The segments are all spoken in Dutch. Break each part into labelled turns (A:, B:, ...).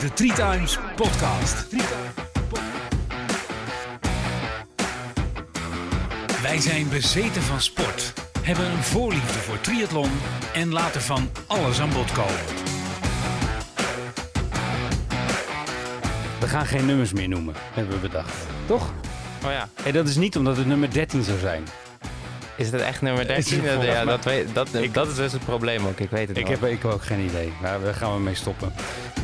A: De 3Times Podcast. Wij zijn bezeten van sport, hebben een voorliefde voor triathlon en laten van alles aan bod komen.
B: We gaan geen nummers meer noemen, hebben we bedacht. Toch?
C: Oh ja.
B: En dat is niet omdat het nummer 13 zou zijn.
C: Is het echt nummer 13? Dat is dus het probleem ook. Ik weet het niet.
B: Ik heb ook geen idee. Maar daar gaan we mee stoppen.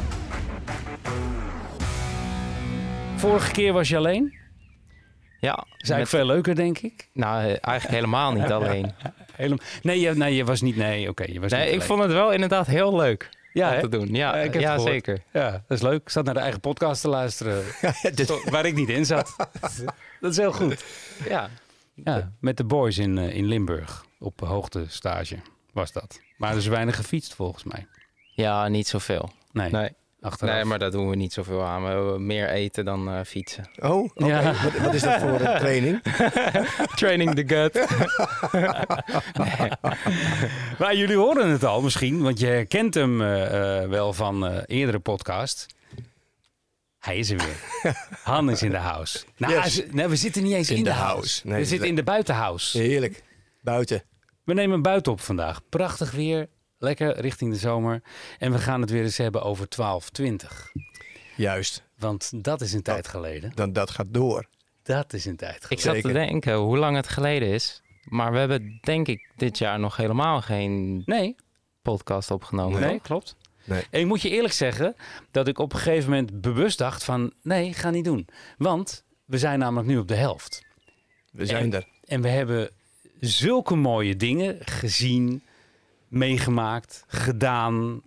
B: Vorige keer was je alleen.
C: Ja.
B: Dat is eigenlijk veel leuker, denk ik.
C: Nou, eigenlijk helemaal niet alleen.
B: Nee, je was niet... Nee, oké. Je was niet
C: Nee, ik
B: alleen.
C: vond het wel inderdaad heel leuk
B: Ja,
C: om
B: hè?
C: te doen. Ja,
B: Ik heb het
C: ja
B: gehoord.
C: zeker.
B: Ja, dat is leuk. Ik zat naar de eigen podcast te luisteren. Waar ik niet in zat. Dat is heel goed.
C: Ja.
B: Ja, met de boys in Limburg. Op hoogtestage was dat. Maar er is weinig gefietst volgens mij.
C: Ja, niet zoveel.
B: Nee. Achteraf.
C: Nee, maar daar doen we niet zoveel aan. We hebben meer eten dan fietsen.
D: Oh, oké.
B: Ja.
D: Wat is dat voor een training?
C: Training the gut.
B: Maar jullie horen het al misschien, want je herkent hem wel van eerdere podcast. Hij is er weer. Han is in de house. Nou,
D: Yes.
B: we zitten niet eens in de house.
D: house. Nee,
B: we zitten in de buitenhouse.
D: Heerlijk. Buiten.
B: We nemen buiten op vandaag. Prachtig weer. Lekker richting de zomer. En we gaan het weer eens hebben over 1220.
D: Juist.
B: Want dat is een tijd geleden.
D: Dat gaat door.
B: Dat is een tijd
C: Ik
B: geleden.
C: zat te
D: Zeker.
C: denken hoe lang het geleden is. Maar we hebben denk ik dit jaar nog helemaal geen
B: Nee,
C: podcast opgenomen.
B: nee,
C: toch?
B: klopt.
D: Nee.
B: En ik moet je eerlijk zeggen dat ik op een gegeven moment bewust dacht van... nee, ga niet doen. Want we zijn namelijk nu op de helft.
D: We zijn er.
B: En we hebben zulke mooie dingen gezien, meegemaakt, gedaan.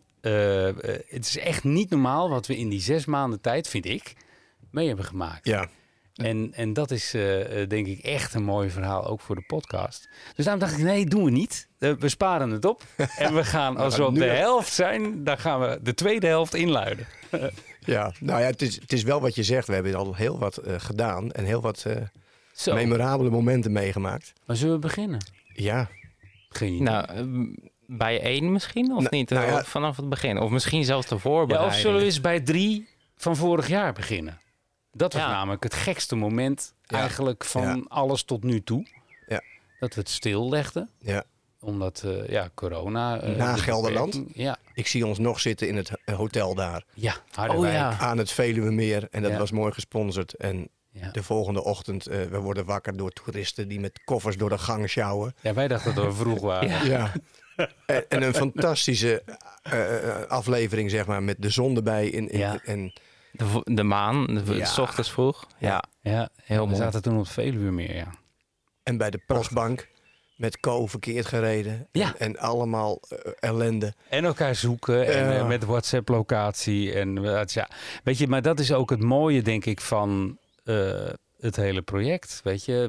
B: Het is echt niet normaal wat we in die 6 maanden tijd, vind ik, mee hebben gemaakt.
D: Ja.
B: En dat is denk ik echt een mooi verhaal, ook voor de podcast. Dus daarom dacht ik, nee, doen we niet. We sparen het op. En we gaan, als we op de helft zijn, dan gaan we de tweede helft inluiden.
D: Ja. Nou ja, het is wel wat je zegt. We hebben al heel wat gedaan. En heel wat
B: Zo,
D: memorabele momenten meegemaakt.
B: maar zullen we beginnen?
D: Ja.
B: Geen idee.
C: Nou, bij 1 misschien of
D: Nou,
C: niet?
D: nou ja.
C: Vanaf het begin. Of misschien zelfs de
B: Ja,
C: voorbereiding.
B: of zullen we eens bij 3 van vorig jaar beginnen? Dat was
C: Ja.
B: namelijk het gekste moment
D: Ja.
B: eigenlijk van
D: Ja.
B: alles tot nu toe.
D: Ja.
B: Dat we het stillegden.
D: Ja.
B: Omdat, corona...
D: Na
B: de
D: Gelderland?
B: beperking- Ja,
D: Ik zie ons nog zitten in het hotel daar.
B: ja, Harderwijk.
C: Oh ja.
D: Aan het Veluwemeer. En dat
B: Ja.
D: was mooi gesponsord. En
B: Ja.
D: de volgende ochtend, we worden wakker door toeristen die met koffers door de gang sjouwen.
B: Ja, wij dachten dat we vroeg waren.
C: Ja.
D: Ja. En een fantastische aflevering, zeg maar, met de zon erbij.
B: Ja.
D: En
C: De maan,
D: Ja.
C: 's ochtends vroeg. Ja,
B: Ja,
C: heel
B: we
C: mooi.
B: zaten toen op het Veluwe meer, ja.
D: En bij de postbank met Co verkeerd gereden.
B: Ja.
D: En allemaal ellende.
B: En elkaar zoeken en
D: Ja.
B: met WhatsApp-locatie. En ja, weet je, maar dat is ook het mooie, denk ik, van het hele project. Weet je,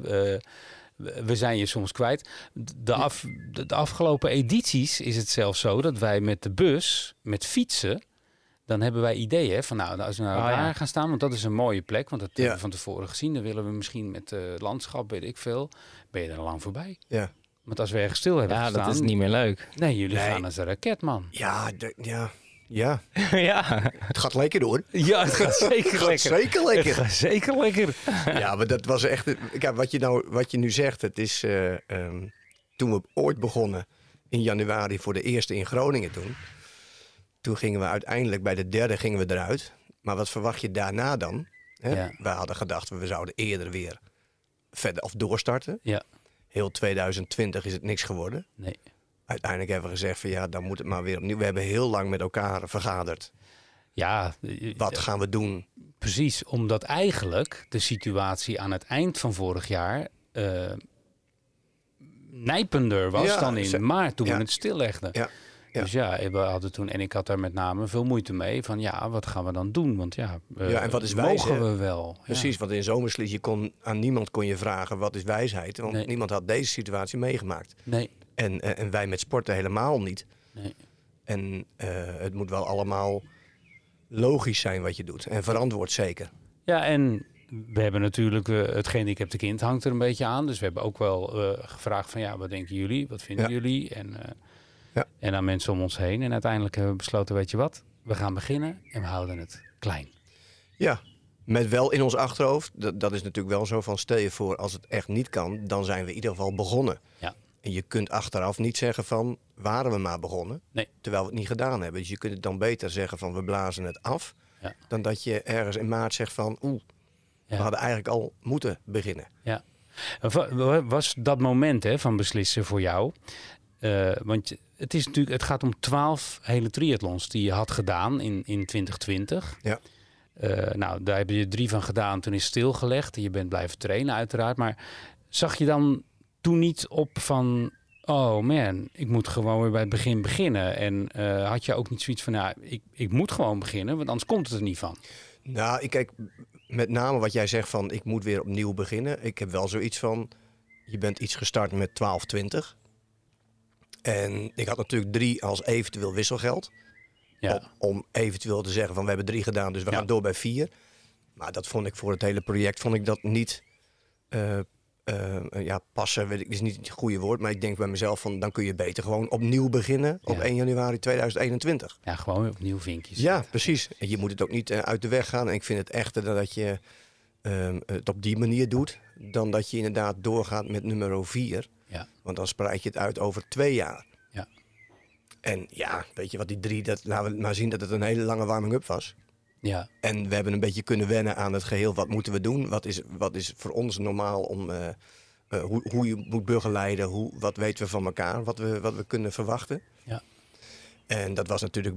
B: we zijn je soms kwijt. De afgelopen edities is het zelfs zo dat wij met de bus, met fietsen, dan hebben wij ideeën van, nou, als we naar daar
C: ja.
B: gaan staan, want dat is een mooie plek, want dat hebben we
D: Ja.
B: van tevoren gezien. Dan willen we misschien met landschap, weet ik veel, ben je er al lang voorbij.
D: Ja,
B: Want als we ergens stil hebben
C: Ja,
B: gestaan,
C: dat is niet meer leuk.
B: nee, jullie
D: Nee.
B: gaan als een raket, man.
D: ja, ja.
C: Ja.
D: Het gaat lekker door.
B: Ja, het gaat zeker
D: Het gaat
B: lekker.
D: zeker
B: Het
D: lekker.
B: gaat zeker lekker.
D: Ja, maar dat was echt... Kijk, wat je nu zegt, het is... toen we ooit begonnen in januari voor de eerste in Groningen toen gingen we uiteindelijk bij de derde gingen we eruit. Maar wat verwacht je daarna dan? Hè?
B: Ja.
D: We hadden gedacht, we zouden eerder weer verder of doorstarten.
B: Ja,
D: Heel 2020 is het niks geworden.
B: nee.
D: Uiteindelijk hebben we gezegd van ja, dan moet het maar weer opnieuw. We hebben heel lang met elkaar vergaderd.
B: Ja,
D: Wat gaan we doen?
B: precies. Omdat eigenlijk de situatie aan het eind van vorig jaar nijpender was
D: Ja,
B: dan in maart toen
D: ja.
B: we het stillegden.
D: Ja, ja.
B: Dus ja, we hadden toen, en ik had daar met name veel moeite mee, van ja, wat gaan we dan doen? Want ja,
D: Ja, en wat is wijs,
B: mogen
D: hè?
B: we wel? Ja.
D: Precies, want in Zomerslied, aan niemand kon je vragen wat is wijsheid. Want
B: Nee.
D: niemand had deze situatie meegemaakt.
B: Nee,
D: En wij met sporten helemaal niet.
B: nee.
D: En het moet wel allemaal logisch zijn wat je doet. En verantwoord zeker.
B: Ja, en we hebben natuurlijk het gehandicapte kind hangt er een beetje aan. Dus we hebben ook wel gevraagd van ja, wat denken jullie? Wat vinden
D: Ja.
B: jullie?
D: Ja.
B: En aan mensen om ons heen. En uiteindelijk hebben we besloten, weet je wat? We gaan beginnen en we houden het klein.
D: Ja, met wel in ons achterhoofd. Dat is natuurlijk wel zo van, stel je voor, als het echt niet kan, dan zijn we in ieder geval begonnen.
B: Ja.
D: En je kunt achteraf niet zeggen van, waren we maar begonnen,
B: Nee.
D: terwijl we het niet gedaan hebben. Dus je kunt het dan beter zeggen van, we blazen het af, dan dat je ergens in maart zegt van, we hadden eigenlijk al moeten beginnen.
B: Ja. Was dat moment van beslissen voor jou? Want het gaat om 12 hele triathlons die je had gedaan in 2020.
D: Ja.
B: Nou, daar heb je 3 van gedaan. Toen is het stilgelegd. Je bent blijven trainen uiteraard. Maar zag je dan toen niet op van... Oh man, ik moet gewoon weer bij het begin beginnen. En had je ook niet zoiets van... ik moet gewoon beginnen, want anders komt het er niet van.
D: Nou, kijk, met name wat jij zegt van... ik moet weer opnieuw beginnen. Ik heb wel zoiets van... je bent iets gestart met 12-20. En ik had natuurlijk 3 als eventueel wisselgeld.
B: Ja.
D: Om eventueel te zeggen van we hebben 3 gedaan, dus we gaan door bij 4. Maar dat vond ik voor het hele project dat niet passen. Is niet het goede woord, maar ik denk bij mezelf van dan kun je beter gewoon opnieuw beginnen op 1 januari 2021.
B: Ja, gewoon opnieuw vinkjes.
D: Ja, precies. En je moet het ook niet uit de weg gaan. En ik vind het echter dat je het op die manier doet, dan dat je inderdaad doorgaat met nummer 4. Ja. Want dan spreid je het uit over 2 jaar. Ja. En ja, weet je wat, die 3, laten we maar zien dat het een hele lange warming-up was. Ja. En we hebben een beetje kunnen wennen aan het geheel. Wat moeten we doen? Wat is voor ons normaal om hoe je moet begeleiden? Wat weten we van elkaar? Wat we kunnen verwachten? Ja. En dat was natuurlijk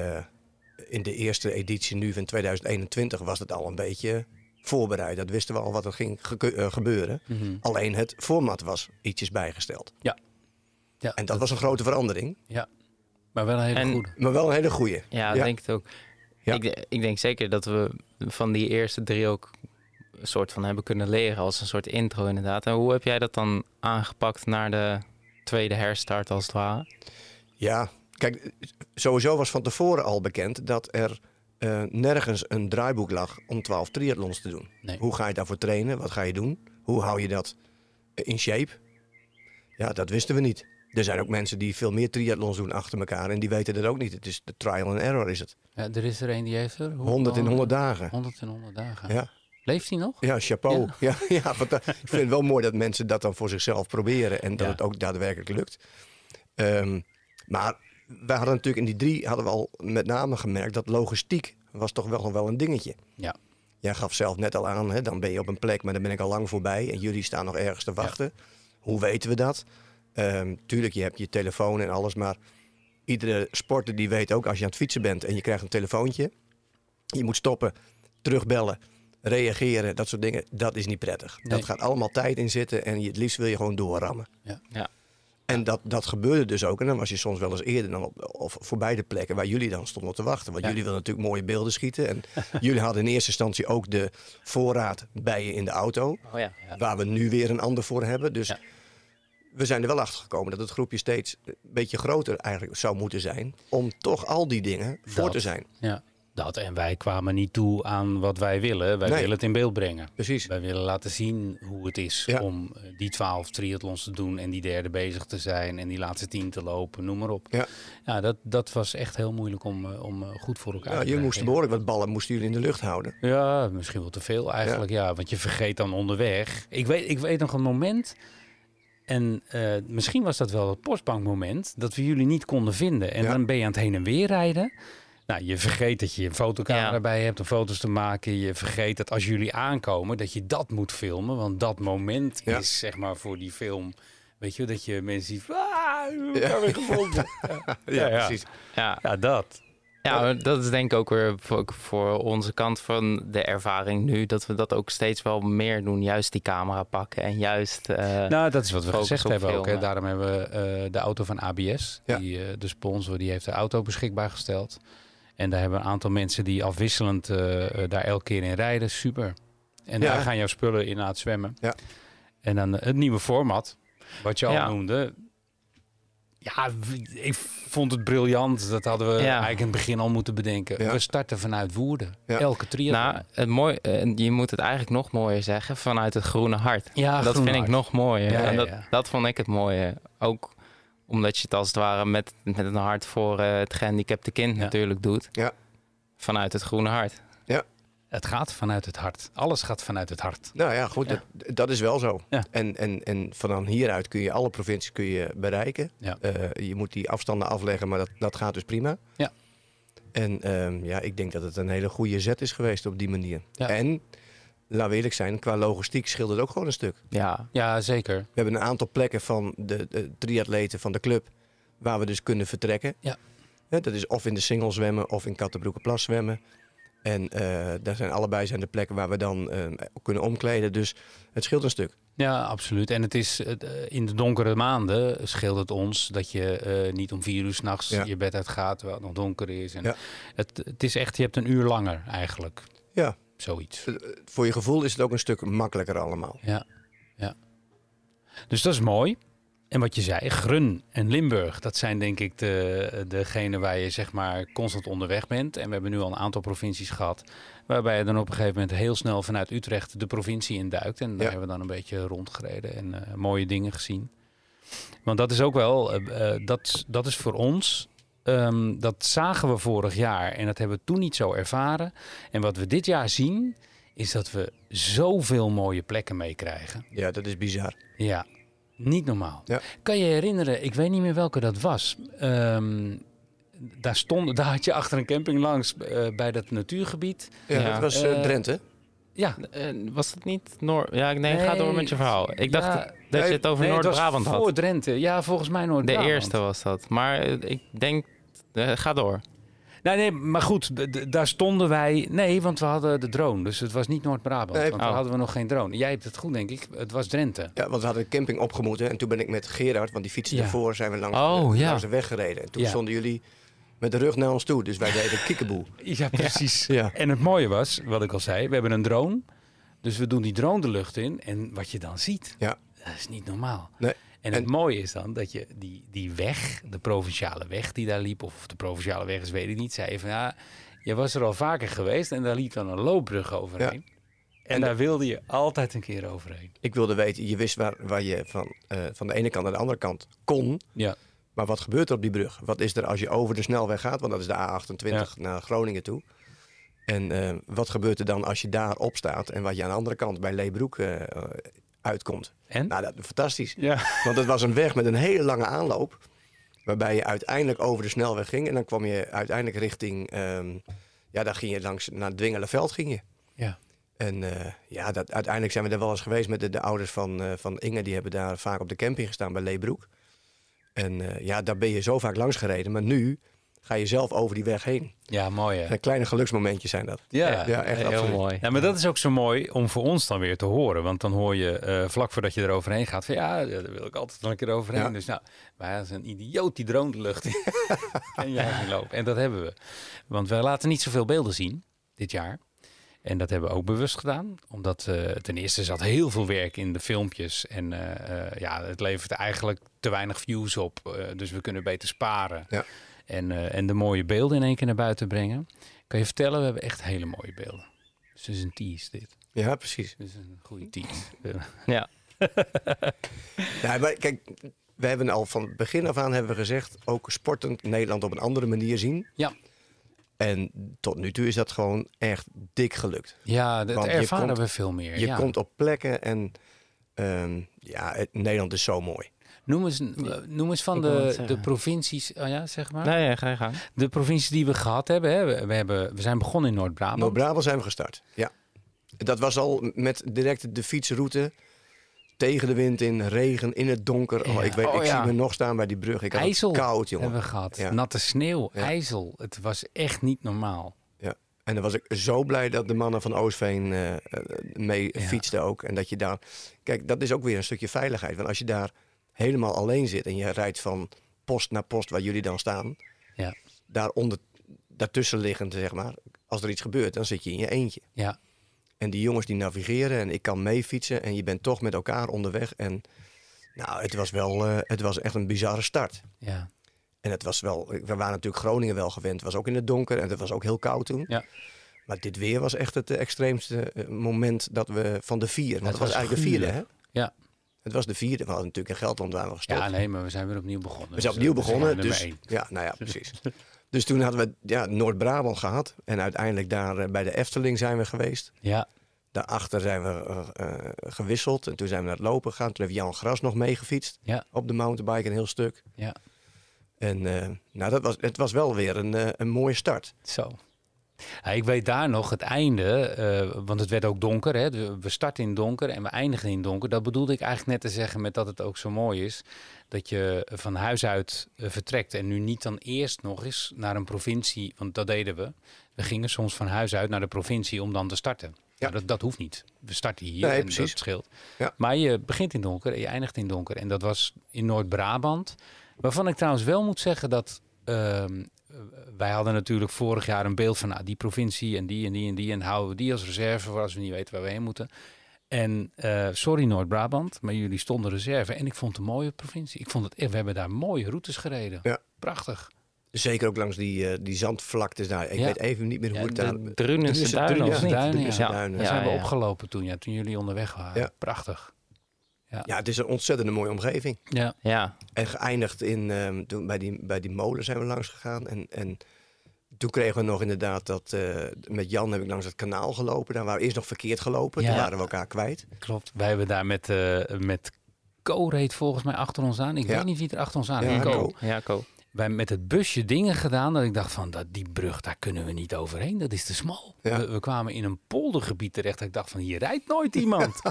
D: in de eerste editie nu van 2021 was het al een beetje voorbereid. Dat wisten we al wat er ging gebeuren. Mm-hmm. Alleen het format was ietsjes bijgesteld. Ja. Ja, en dat was een grote verandering. Ja.
B: Maar wel een hele goede.
C: Ja, denk het ook. Ja. Ik denk zeker dat we van die eerste 3 ook een soort van hebben kunnen leren als een soort intro inderdaad. En hoe heb jij dat dan aangepakt naar de tweede herstart als het ware?
D: Ja, kijk, sowieso was van tevoren al bekend dat er nergens een draaiboek lag om 12 triathlons te doen. Nee. Hoe ga je daarvoor trainen? Wat ga je doen? Hoe hou je dat in shape? Ja, dat wisten we niet. Er zijn ook mensen die veel meer triathlons doen achter elkaar en die weten dat ook niet. Het is de trial and error is het.
B: Ja, er is er een die heeft er...
D: 100 in 100 dagen.
B: 100 in 100 dagen.
D: Ja.
B: Leeft hij nog?
D: Ja, chapeau. Ja. Want ik vind het wel mooi dat mensen dat dan voor zichzelf proberen en dat het ook daadwerkelijk lukt. Maar wij hadden natuurlijk in die 3 hadden we al met name gemerkt dat logistiek was toch wel een dingetje. Ja. Jij gaf zelf net al aan, dan ben je op een plek, maar dan ben ik al lang voorbij en jullie staan nog ergens te wachten. Ja. Hoe weten we dat? Tuurlijk, je hebt je telefoon en alles, maar iedere sporter die weet ook als je aan het fietsen bent en je krijgt een telefoontje, je moet stoppen, terugbellen, reageren, dat soort dingen, dat is niet prettig. Nee. Dat gaat allemaal tijd in zitten en het liefst wil je gewoon doorrammen. Ja. Ja. En dat gebeurde dus ook en dan was je soms wel eens eerder dan of voorbij de plekken waar jullie dan stonden te wachten. Want jullie wilden natuurlijk mooie beelden schieten en jullie hadden in eerste instantie ook de voorraad bij je in de auto, waar we nu weer een ander voor hebben. Dus we zijn er wel achter gekomen dat het groepje steeds een beetje groter eigenlijk zou moeten zijn. Om toch al die dingen voor te zijn.
B: Ja, dat. En wij kwamen niet toe aan wat wij willen. Wij willen het in beeld brengen. Precies. Wij willen laten zien hoe het is om die 12 triathlons te doen. En die derde bezig te zijn. En die laatste 10 te lopen. Noem maar op. Ja, dat was echt heel moeilijk om goed voor elkaar te krijgen.
D: Jullie moesten behoorlijk wat ballen moesten jullie in de lucht houden.
B: Ja, misschien wel te veel eigenlijk. Ja, want je vergeet dan onderweg. Ik weet nog een moment... En misschien was dat wel het postbankmoment dat we jullie niet konden vinden. En dan ben je aan het heen en weer rijden. Nou, je vergeet dat je een fotocamera bij hebt om foto's te maken. Je vergeet dat als jullie aankomen dat je dat moet filmen. Want dat moment is zeg maar voor die film... Weet je, dat je mensen ziet... we hebben weer gevonden. Precies. Ja, dat.
C: Ja, dat is denk ik ook weer voor onze kant van de ervaring nu... dat we dat ook steeds wel meer doen. Juist die camera pakken en juist...
B: nou, dat is wat we gezegd hebben ook. Hè. Daarom hebben we de auto van ABS. Ja. De sponsor, die heeft de auto beschikbaar gesteld. En daar hebben we een aantal mensen die afwisselend daar elke keer in rijden. Super. En daar gaan jouw spullen in aan het zwemmen. Ja. En dan het nieuwe format, wat je al noemde... Ja, ik vond het briljant. Dat hadden we eigenlijk in het begin al moeten bedenken. Ja. We starten vanuit Woerden. Ja. Elke triathlon.
C: Nou, je moet het eigenlijk nog mooier zeggen. Vanuit het groene hart. Ja, dat vind ik nog mooier. Ja, en dat vond ik het mooie. Ook omdat je het als het ware met een hart voor het gehandicapte kind natuurlijk doet. Ja. Vanuit het groene hart.
B: Het gaat vanuit het hart. Alles gaat vanuit het hart.
D: Nou ja, goed, dat is wel zo.
B: Ja.
D: En van hieruit kun je alle provincies bereiken.
B: Ja.
D: Je moet die afstanden afleggen, maar dat gaat dus prima.
B: Ja.
D: En ik denk dat het een hele goede zet is geweest op die manier.
B: Ja.
D: En, laten we eerlijk zijn, qua logistiek scheelt het ook gewoon een stuk.
B: Ja, zeker.
D: We hebben een aantal plekken van de triatleten van de club waar we dus kunnen vertrekken.
B: Ja.
D: Dat is of in de Singel zwemmen of in Kattenbroekenplas zwemmen. En daar zijn allebei de plekken waar we dan kunnen omkleden. Dus het scheelt een stuk.
B: Ja, absoluut. En het is in de donkere maanden scheelt het ons dat je niet om 4 uur 's nachts je bed uitgaat terwijl het nog donker is. En het is echt, je hebt een uur langer eigenlijk.
D: Ja.
B: Zoiets.
D: Voor je gevoel is het ook een stuk makkelijker allemaal.
B: Ja. Dus dat is mooi. En wat je zei, Grun en Limburg, dat zijn denk ik degene waar je zeg maar constant onderweg bent. En we hebben nu al een aantal provincies gehad, waarbij je dan op een gegeven moment heel snel vanuit Utrecht de provincie induikt. En daar hebben we dan een beetje rondgereden en mooie dingen gezien. Want dat is ook wel, dat is voor ons, dat zagen we vorig jaar en dat hebben we toen niet zo ervaren. En wat we dit jaar zien, is dat we zoveel mooie plekken meekrijgen.
D: Ja, dat is bizar.
B: Ja. Niet normaal.
D: Ja.
B: Kan je herinneren, ik weet niet meer welke dat was. Daar had je achter een camping langs bij dat natuurgebied.
D: Ja, dat was Drenthe.
B: Ja.
C: Was dat niet ga door met je verhaal. Ik dacht dat je het over Noord-Brabant had.
B: Voor Drenthe. Ja, volgens mij Noord-Brabant.
C: De eerste was dat. Maar ik denk, ga door.
B: Nee, maar goed, daar stonden wij... Nee, want we hadden de drone, dus het was niet Noord-Brabant.
D: Nee,
B: want hadden we nog geen drone. Jij hebt het goed, denk ik. Het was Drenthe.
D: Ja, want we hadden de camping opgemoeten. En toen ben ik met Gerard, want die fietste ervoor, zijn we langs de weg gereden. En toen stonden jullie met de rug naar ons toe. Dus wij deden kiekeboe.
B: Ja, precies.
D: Ja.
B: En het mooie was, wat ik al zei, we hebben een drone. Dus we doen die drone de lucht in. En wat je dan ziet, dat is niet normaal.
D: Nee.
B: En het mooie is dan dat je die weg, de provinciale weg die daar liep, of de provinciale weg is, weet ik niet, zei van je was er al vaker geweest en daar liep dan een loopbrug overheen. Ja. En daar wilde je altijd een keer overheen.
D: Ik wilde weten, je wist waar je van de ene kant naar de andere kant kon.
B: Ja.
D: Maar wat gebeurt er op die brug? Wat is er als je over de snelweg gaat? Want dat is de A28 naar Groningen toe. En wat gebeurt er dan als je daar op staat en wat je aan de andere kant bij Leebroek uitkomt?
B: En?
D: Nou, dat is fantastisch.
B: Ja.
D: Want het was een weg met een hele lange aanloop. Waarbij je uiteindelijk over de snelweg ging. En dan kwam je uiteindelijk richting... dan ging je langs naar Dwingelenveld ging je.
B: Ja.
D: En uiteindelijk zijn we daar wel eens geweest met de ouders van Inge. Die hebben daar vaak op de camping gestaan bij Leebroek. En daar ben je zo vaak langs gereden. Maar nu ga je zelf over die weg heen.
B: Ja, mooi hè?
D: Kleine geluksmomentjes zijn dat.
B: Ja,
D: echt
C: heel
D: absoluut.
C: mooi.
B: Ja, maar dat is ook zo mooi om voor ons dan weer te horen. Want dan hoor je vlak voordat je er overheen gaat van daar wil ik altijd nog een keer overheen. Ja. Dus wij hadden een idioot die drone de lucht in. En jij ging lopen. En dat hebben we. Want wij laten niet zoveel beelden zien dit jaar. En dat hebben we ook bewust gedaan. Omdat ten eerste zat heel veel werk in de filmpjes. En het levert eigenlijk te weinig views op. Dus we kunnen beter sparen. Ja. En de mooie beelden in één keer naar buiten brengen. Kan je vertellen, we hebben echt hele mooie beelden. Dus het is een tease dit.
D: Ja, precies.
B: Dus een goede tease.
C: Ja.
D: Maar kijk, we hebben al van het begin af aan hebben we gezegd... ook sportend Nederland op een andere manier zien.
B: Ja.
D: En tot nu toe is dat gewoon echt dik gelukt.
B: Ja, dat ervaren we veel meer.
D: Je komt op plekken en Nederland is zo mooi.
B: Noem eens van de provincies. Oh ja, zeg maar.
C: Nee, ga je gang.
B: De provincies die we gehad hebben. Hè? We zijn begonnen in Noord-Brabant.
D: Noord-Brabant zijn we gestart, ja. Dat was al met direct de fietsroute. Tegen de wind in, regen, in het donker.
B: Ja.
D: Ik zie me nog staan bij die brug. Ik had
B: IJssel
D: het koud, jongen.
B: Hebben we gehad.
D: Ja.
B: Natte sneeuw, IJssel. Het was echt niet normaal.
D: Ja. En dan was ik zo blij dat de mannen van Oostveen mee fietsten ook. En dat je daar... Kijk, dat is ook weer een stukje veiligheid. Want als je daar helemaal alleen zit en je rijdt van post naar post waar jullie dan staan. Ja. Daartussen liggend, zeg maar. Als er iets gebeurt, dan zit je in je eentje.
B: Ja.
D: En die jongens die navigeren en ik kan mee fietsen. En je bent toch met elkaar onderweg. En het was echt een bizarre start.
B: Ja.
D: En het was wel, we waren natuurlijk Groningen wel gewend. Het was ook in het donker en het was ook heel koud toen.
B: Ja.
D: Maar dit weer was echt het extreemste moment dat we van de 4. Want het was eigenlijk de 4e, hè?
B: Ja.
D: Het was de 4e. We hadden natuurlijk in Gelderland waren we gestopt.
B: Ja, nee, maar we zijn weer opnieuw begonnen.
D: We zijn opnieuw begonnen.
B: Dus,
D: ja, nou ja, precies. Dus toen hadden we Noord-Brabant gehad. En uiteindelijk daar bij de Efteling zijn we geweest.
B: Ja.
D: Daarachter zijn we gewisseld. En toen zijn we naar het lopen gegaan. Toen heeft Jan Gras nog meegefietst.
B: Ja.
D: Op de mountainbike een heel stuk.
B: Ja.
D: En het was wel weer een mooie start.
B: Zo. Ja, ik weet daar nog het einde, want het werd ook donker. Hè? We starten in donker en we eindigen in donker. Dat bedoelde ik eigenlijk net te zeggen met dat het ook zo mooi is. Dat je van huis uit vertrekt en nu niet dan eerst nog eens naar een provincie. Want dat deden we. We gingen soms van huis uit naar de provincie om dan te starten. Ja. Nou, dat hoeft niet. We starten hier en
D: precies.
B: dat scheelt.
D: Ja.
B: Maar je begint in donker en je eindigt in donker. En dat was in Noord-Brabant. Waarvan ik trouwens wel moet zeggen dat... wij hadden natuurlijk vorig jaar een beeld van die provincie en die en die en die. En houden we die als reserve voor als we niet weten waar we heen moeten. En sorry Noord-Brabant, maar jullie stonden reserve. En ik vond het een mooie provincie. Ik vond het, we hebben daar mooie routes gereden. Ja. Prachtig.
D: Zeker ook langs die zandvlaktes daar. Ik weet even niet meer hoe het daar...
C: Drunense Duinen.
B: Daar zijn we opgelopen toen jullie onderweg waren. Ja. Prachtig.
D: Ja, het is een ontzettend mooie omgeving.
C: Ja.
D: En geëindigd toen bij die molen zijn we langs gegaan. En toen kregen we nog inderdaad dat... met Jan heb ik langs het kanaal gelopen. Daar waren we eerst nog verkeerd gelopen. Toen waren we elkaar kwijt.
B: Klopt. Wij hebben daar met Co reed volgens mij achter ons aan. Ik weet niet wie er achter ons aan reed.
C: Co.
B: Wij met het busje dingen gedaan dat ik dacht van die brug, daar kunnen we niet overheen. Dat is te smal. Ja. We kwamen in een poldergebied terecht. Dat ik dacht van hier rijdt nooit iemand.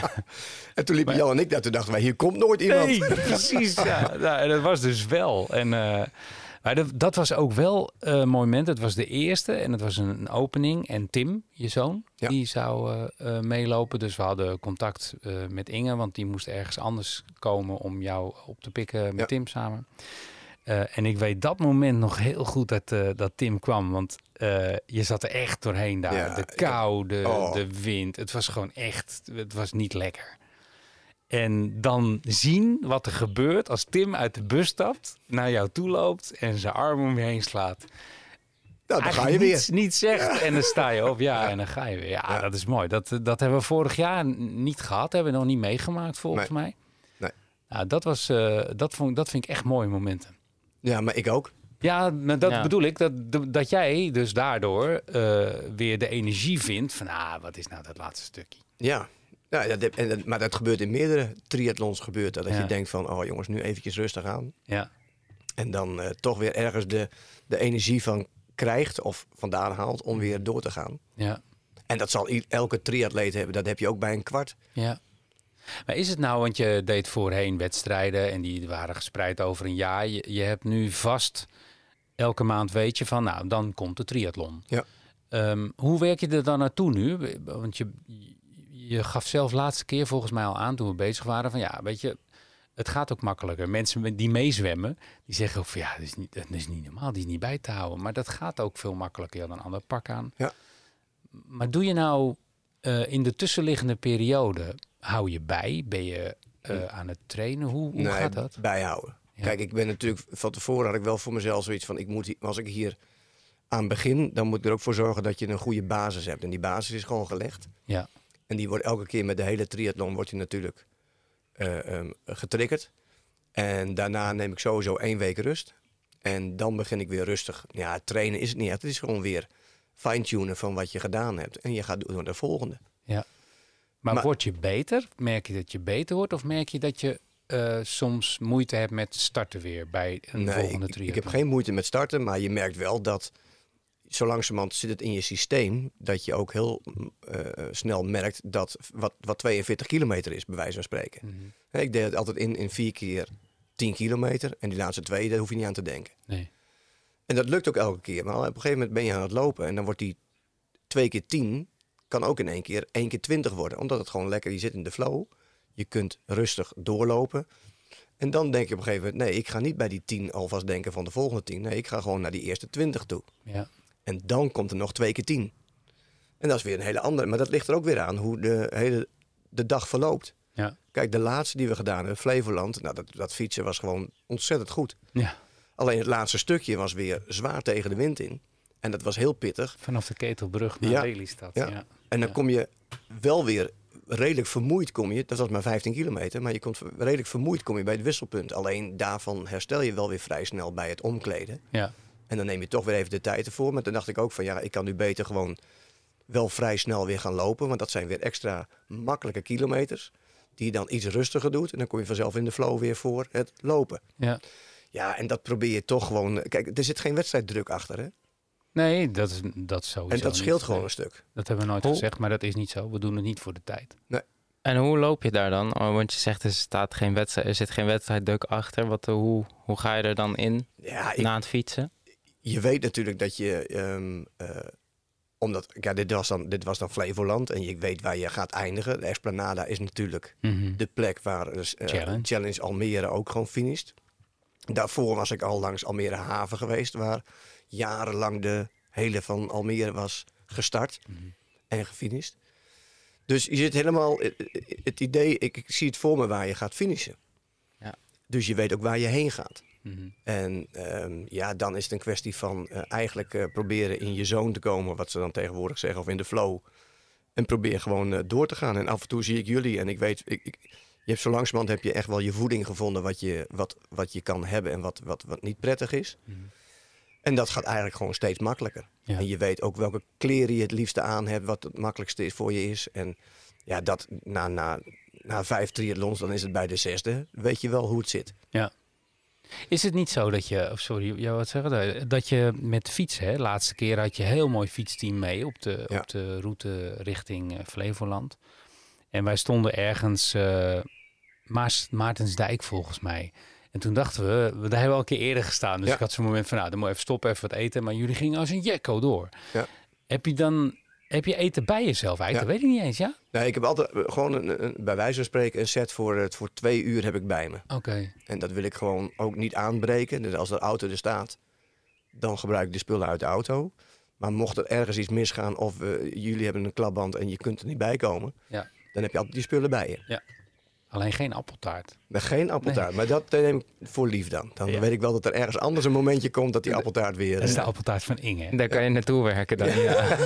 D: En toen liepen Jan en ik daar. Toen dachten wij hier komt nooit iemand.
B: Nee, precies. En dat was dus wel. En maar dat was ook wel een mooi moment. Het was de eerste en het was een opening. En Tim, je zoon, die zou meelopen. Dus we hadden contact met Inge, want die moest ergens anders komen om jou op te pikken met Tim samen. En ik weet dat moment nog heel goed dat Tim kwam. Want je zat er echt doorheen daar. Ja, de kou, de wind. Het was gewoon echt... Het was niet lekker. En dan zien wat er gebeurt als Tim uit de bus stapt, naar jou toe loopt en zijn arm om je heen slaat.
D: Nou, dan ga je weer.
B: Niet zegt en dan sta je op. En dan ga je weer. Ja, dat is mooi. Dat hebben we vorig jaar niet gehad. Hebben we nog niet meegemaakt volgens mij.
D: Nee.
B: Nou, dat vind ik echt mooie momenten.
D: Ja, maar ik ook.
B: Ja, maar dat bedoel ik. Dat jij dus daardoor weer de energie vindt van... wat is nou dat laatste stukje?
D: Ja, maar dat gebeurt in meerdere triathlons. Dat je denkt van, jongens, nu eventjes rustig aan. Ja. En dan toch weer ergens de energie van krijgt of vandaan haalt om weer door te gaan. Ja. En dat zal elke triatleet hebben. Dat heb je ook bij een kwart. Ja.
B: Maar is het nou, want je deed voorheen wedstrijden en die waren gespreid over een jaar. Je hebt nu vast, elke maand weet je van, dan komt de triathlon. Ja. Hoe werk je er dan naartoe nu? Want je gaf zelf laatste keer volgens mij al aan toen we bezig waren van, weet je, het gaat ook makkelijker. Mensen die meezwemmen, die zeggen ook van, dat is niet normaal, die is niet bij te houden. Maar dat gaat ook veel makkelijker. Je had een ander pak aan. Ja. Maar doe je nou in de tussenliggende periode... Hou je bij? Ben je aan het trainen? Hoe gaat dat?
D: Bijhouden. Ja. Kijk, ik ben natuurlijk... Van tevoren had ik wel voor mezelf zoiets van... als ik hier aan begin... dan moet ik er ook voor zorgen dat je een goede basis hebt. En die basis is gewoon gelegd. Ja. En die wordt elke keer met de hele triathlon... wordt je natuurlijk getriggerd. En daarna neem ik sowieso 1 week rust. En dan begin ik weer rustig. Ja, trainen is het niet echt. Het is gewoon weer fine-tunen van wat je gedaan hebt. En je gaat door naar de volgende. Ja.
B: Maar word je beter? Merk je dat je beter wordt? Of merk je dat je soms moeite hebt met starten weer bij een volgende triathlon?
D: Ik heb geen moeite met starten, maar je merkt wel dat... zo langzamerhand zit het in je systeem... dat je ook heel snel merkt dat wat 42 kilometer is, bij wijze van spreken. Mm-hmm. Ik deed het altijd in 4 keer 10 kilometer. En die laatste 2, daar hoef je niet aan te denken. Nee. En dat lukt ook elke keer. Maar op een gegeven moment ben je aan het lopen... en dan wordt die 2 keer 10... kan ook in 1 keer 20 worden. Omdat het gewoon lekker, je zit in de flow. Je kunt rustig doorlopen. En dan denk je op een gegeven moment... nee, ik ga niet bij die 10 alvast denken van de volgende 10. Nee, ik ga gewoon naar die eerste 20 toe. Ja. En dan komt er nog 2 keer 10. En dat is weer een hele andere... maar dat ligt er ook weer aan hoe de dag verloopt. Ja. Kijk, de laatste die we gedaan hebben, Flevoland... dat fietsen was gewoon ontzettend goed. Ja. Alleen het laatste stukje was weer zwaar tegen de wind in. En dat was heel pittig.
B: Vanaf de Ketelbrug naar Lelystad.
D: Ja. En dan kom je wel weer redelijk vermoeid dat was maar 15 kilometer, maar je komt redelijk vermoeid bij het wisselpunt. Alleen daarvan herstel je wel weer vrij snel bij het omkleden. Ja. En dan neem je toch weer even de tijd ervoor. Maar toen dacht ik ook van ik kan nu beter gewoon wel vrij snel weer gaan lopen. Want dat zijn weer extra makkelijke kilometers. Die je dan iets rustiger doet. En dan kom je vanzelf in de flow weer voor het lopen.
B: Ja.
D: Ja, en dat probeer je toch gewoon... Kijk, er zit geen wedstrijddruk achter, hè?
B: Nee, dat sowieso
D: En dat scheelt
B: niet.
D: gewoon een stuk.
B: Dat hebben we nooit gezegd, maar dat is niet zo. We doen het niet voor de tijd.
D: Nee.
C: En hoe loop je daar dan? Want je zegt er zit geen wedstrijddruk achter. Hoe ga je er dan in na het fietsen?
D: Je weet natuurlijk dat je... omdat, dit was dan Flevoland en je weet waar je gaat eindigen. De Esplanada is natuurlijk de plek waar Challenge Almere ook gewoon finisht. Daarvoor was ik al langs Almere Haven geweest, waar jarenlang de hele van Almere was gestart en gefinished. Dus je zit helemaal, het idee, ik zie het voor me waar je gaat finishen.
C: Ja.
D: Dus je weet ook waar je heen gaat. En dan is het een kwestie van eigenlijk proberen in je zone te komen, wat ze dan tegenwoordig zeggen, of in de flow. En probeer gewoon door te gaan. En af en toe zie ik jullie en ik weet, je hebt zo langzamerhand heb je echt wel je voeding gevonden wat je kan hebben en wat niet prettig is. En dat gaat eigenlijk gewoon steeds makkelijker. Ja. En je weet ook welke kleren je het liefste aan hebt, wat het makkelijkste is voor je is. En ja, dat na 5 triathlons, dan is het bij de 6e, weet je wel hoe het zit.
B: Ja. Is het niet zo dat je, dat je met fietsen, hè, laatste keer had je een heel mooi fietsteam mee op de route richting Flevoland. En wij stonden ergens Maartensdijk volgens mij. En toen dachten we daar hebben we al een keer eerder gestaan. Dus ik had zo'n moment van, dan moet je even stoppen, even wat eten. Maar jullie gingen als een jekko door. Ja. Heb je eten bij jezelf eigenlijk? Dat weet ik niet eens, ja?
D: Nee, ik heb altijd gewoon bij wijze van spreken een set voor 2 uur heb ik bij me.
B: Oké.
D: En dat wil ik gewoon ook niet aanbreken. Dus als de auto er staat, dan gebruik ik de spullen uit de auto. Maar mocht er ergens iets misgaan of jullie hebben een klapband en je kunt er niet bij komen, dan heb je altijd die spullen bij je.
B: Ja. Alleen geen appeltaart.
D: Maar geen appeltaart, maar dat neem ik voor lief dan. Dan weet ik wel dat er ergens anders een momentje komt dat die appeltaart weer...
B: Dat is de appeltaart van Inge.
C: Daar kan je naartoe werken dan.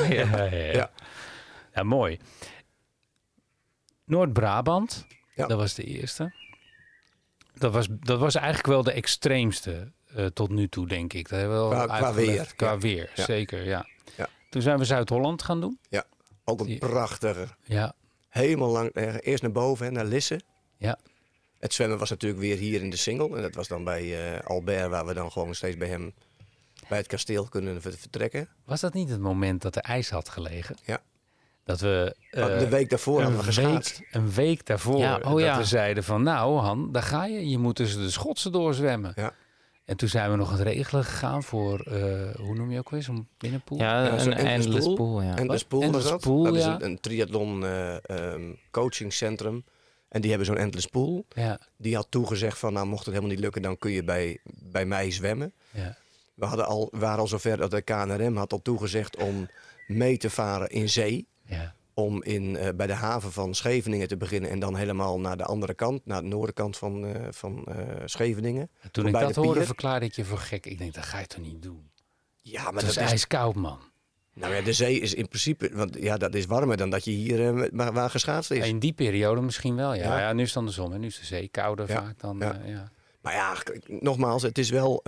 B: Ja, mooi. Noord-Brabant, dat was de eerste. Dat was eigenlijk wel de extreemste tot nu toe, denk ik. Dat hebben we wel qua weer, zeker, ja. Toen zijn we Zuid-Holland gaan doen.
D: Ja, ook een prachtige.
B: Ja.
D: Helemaal lang, eerst naar boven, naar Lisse.
B: Ja.
D: Het zwemmen was natuurlijk weer hier in de Singel. En dat was dan bij Albert, waar we dan gewoon steeds bij hem bij het kasteel kunnen vertrekken.
B: Was dat niet het moment dat er ijs had gelegen?
D: Ja.
B: Dat we...
D: de week daarvoor hadden we geschaatst.
B: Een week daarvoor dat we zeiden van, nou Han, daar ga je. Je moet tussen de Schotsen doorzwemmen. Ja. En toen zijn we nog aan het regelen gegaan voor, hoe noem je ook weer, zo'n binnenpool?
C: Ja, een endless pool. Ja.
D: Endless pool was dat.
B: Pool,
D: dat is een triathlon coachingcentrum. En die hebben zo'n endless pool. Ja. Die had toegezegd van, nou mocht het helemaal niet lukken, dan kun je bij mij zwemmen. Ja. We waren al zover dat de KNRM had al toegezegd om mee te varen in zee. Ja. Om bij de haven van Scheveningen te beginnen en dan helemaal naar de andere kant, naar de noordenkant van Scheveningen.
B: Toen ik dat hoorde, verklaarde ik je voor gek. Ik denk, dat ga je toch niet doen?
D: Ja, maar
B: dat is ijskoud, man.
D: Nou ja, de zee is in principe, want ja, dat is warmer dan dat je hier waar geschaatst is.
B: In die periode misschien wel, ja. Ja, nu is het andersom. Nu is de zee kouder vaak dan. Ja.
D: Maar ja, nogmaals, het is wel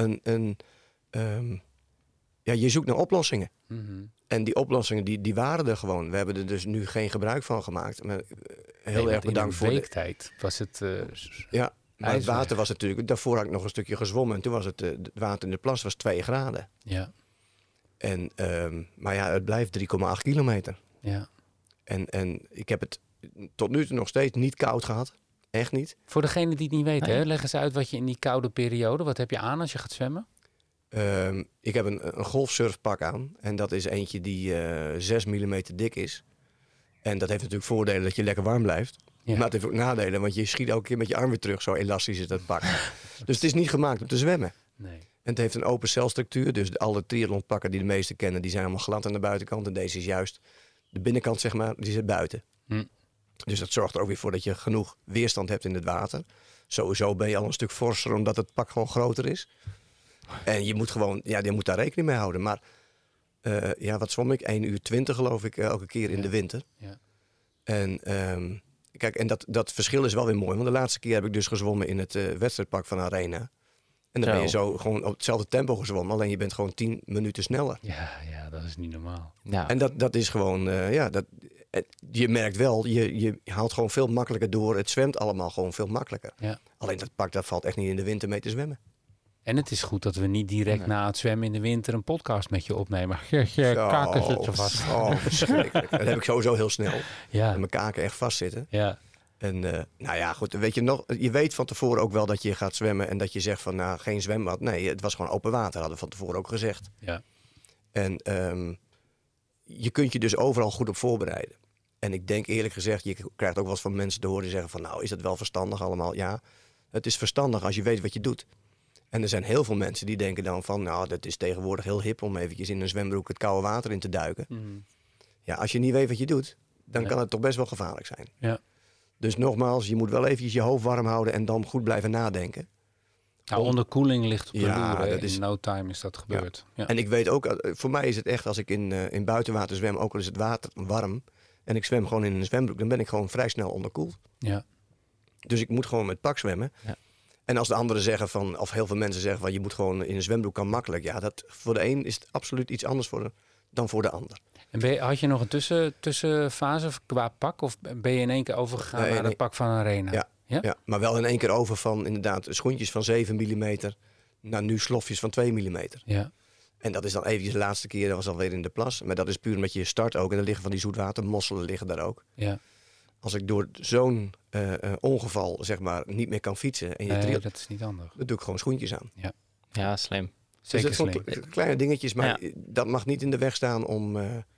D: je zoekt naar oplossingen. Mm-hmm. En die oplossingen, die waren er gewoon. We hebben er dus nu geen gebruik van gemaakt. Maar heel erg bedankt voor
B: de weektijd was het.
D: Maar het water was natuurlijk. Daarvoor had ik nog een stukje gezwommen. En toen was het water in de plas was 2 graden. Ja. En, maar ja, het blijft 3,8 kilometer. Ja. En ik heb het tot nu toe nog steeds niet koud gehad. Echt niet.
B: Voor degene die het niet weten, leg eens uit wat je in die koude periode, wat heb je aan als je gaat zwemmen?
D: Ik heb een golfsurfpak aan. En dat is eentje die 6 mm dik is. En dat heeft natuurlijk voordelen dat je lekker warm blijft. Ja. Maar het heeft ook nadelen, want je schiet elke keer met je arm weer terug. Zo elastisch is dat pak. Dus het is niet gemaakt om te zwemmen. Nee. En het heeft een open celstructuur. Dus alle triathlonpakken die de meesten kennen, die zijn allemaal glad aan de buitenkant. En deze is juist de binnenkant, zeg maar, die zit buiten. Dus dat zorgt er ook weer voor dat je genoeg weerstand hebt in het water. Sowieso ben je al een stuk forser, omdat het pak gewoon groter is. En je moet gewoon, je moet daar rekening mee houden. Maar wat zwom ik? 1 uur 20 geloof ik, elke keer in de winter. Ja. En kijk, en dat verschil is wel weer mooi. Want de laatste keer heb ik dus gezwommen in het wedstrijdpak van Arena. En dan ben je zo gewoon op hetzelfde tempo gezwommen. Alleen je bent gewoon 10 minuten sneller.
B: Ja, dat is niet normaal.
C: Ja.
D: En dat is gewoon, je merkt wel, je haalt gewoon veel makkelijker door. Het zwemt allemaal gewoon veel makkelijker.
B: Ja.
D: Alleen dat valt echt niet in de winter mee te zwemmen.
B: En het is goed dat we niet direct na het zwemmen in de winter een podcast met je opnemen. Je kaken zitten vast.
D: Oh, verschrikkelijk. Dat heb ik sowieso heel snel.
B: Ja.
D: Dat mijn kaken echt vastzitten.
B: Ja.
D: En nou ja, goed, weet je nog, je weet van tevoren ook wel dat je gaat zwemmen en dat je zegt van nou, geen zwembad. Nee, het was gewoon open water, hadden we van tevoren ook gezegd.
B: Ja.
D: En je kunt je dus overal goed op voorbereiden. En ik denk eerlijk gezegd, je krijgt ook wel eens van mensen te horen die zeggen van nou, is dat wel verstandig allemaal? Ja, het is verstandig als je weet wat je doet. En er zijn heel veel mensen die denken dan van nou, dat is tegenwoordig heel hip om eventjes in een zwembroek het koude water in te duiken.
B: Mm.
D: Ja, als je niet weet wat je doet, dan kan het toch best wel gevaarlijk zijn.
B: Ja.
D: Dus nogmaals, je moet wel eventjes je hoofd warm houden en dan goed blijven nadenken.
B: Nou, onderkoeling ligt op de
D: Ja,
B: loer.
D: dat is-
B: In no time is dat gebeurd. Ja.
D: En ik weet ook, voor mij is het echt als ik in buitenwater zwem, ook al is het water warm en ik zwem gewoon in een zwembroek, dan ben ik gewoon vrij snel onderkoeld.
B: Ja.
D: Dus ik moet gewoon met pak zwemmen.
C: Ja.
D: En als de anderen zeggen van, of heel veel mensen zeggen van je moet gewoon in een zwembroek kan makkelijk. Ja, dat voor de een is het absoluut iets anders dan voor de ander.
B: En had je nog een tussenfase qua pak? Of ben je in één keer overgegaan
D: Nee,
B: naar
D: nee.
B: het pak van Arena?
D: Ja.
B: Ja?
D: Ja, maar wel in één keer over van inderdaad schoentjes van 7 mm naar nu slofjes van 2 mm.
B: Ja.
D: En dat is dan eventjes de laatste keer, dat was alweer in de plas. Maar dat is puur omdat je start ook. En er liggen van die zoetwatermosselen liggen daar ook.
B: Ja.
D: Als ik door zo'n ongeval zeg maar niet meer kan fietsen en je
B: Nee,
D: trilt,
B: dat is niet handig.
D: dan doe ik gewoon schoentjes aan.
C: Ja, slim.
B: Zeker
D: dus dat
B: slim.
D: zijn kleine dingetjes, maar
C: Ja.
D: dat mag niet in de weg staan om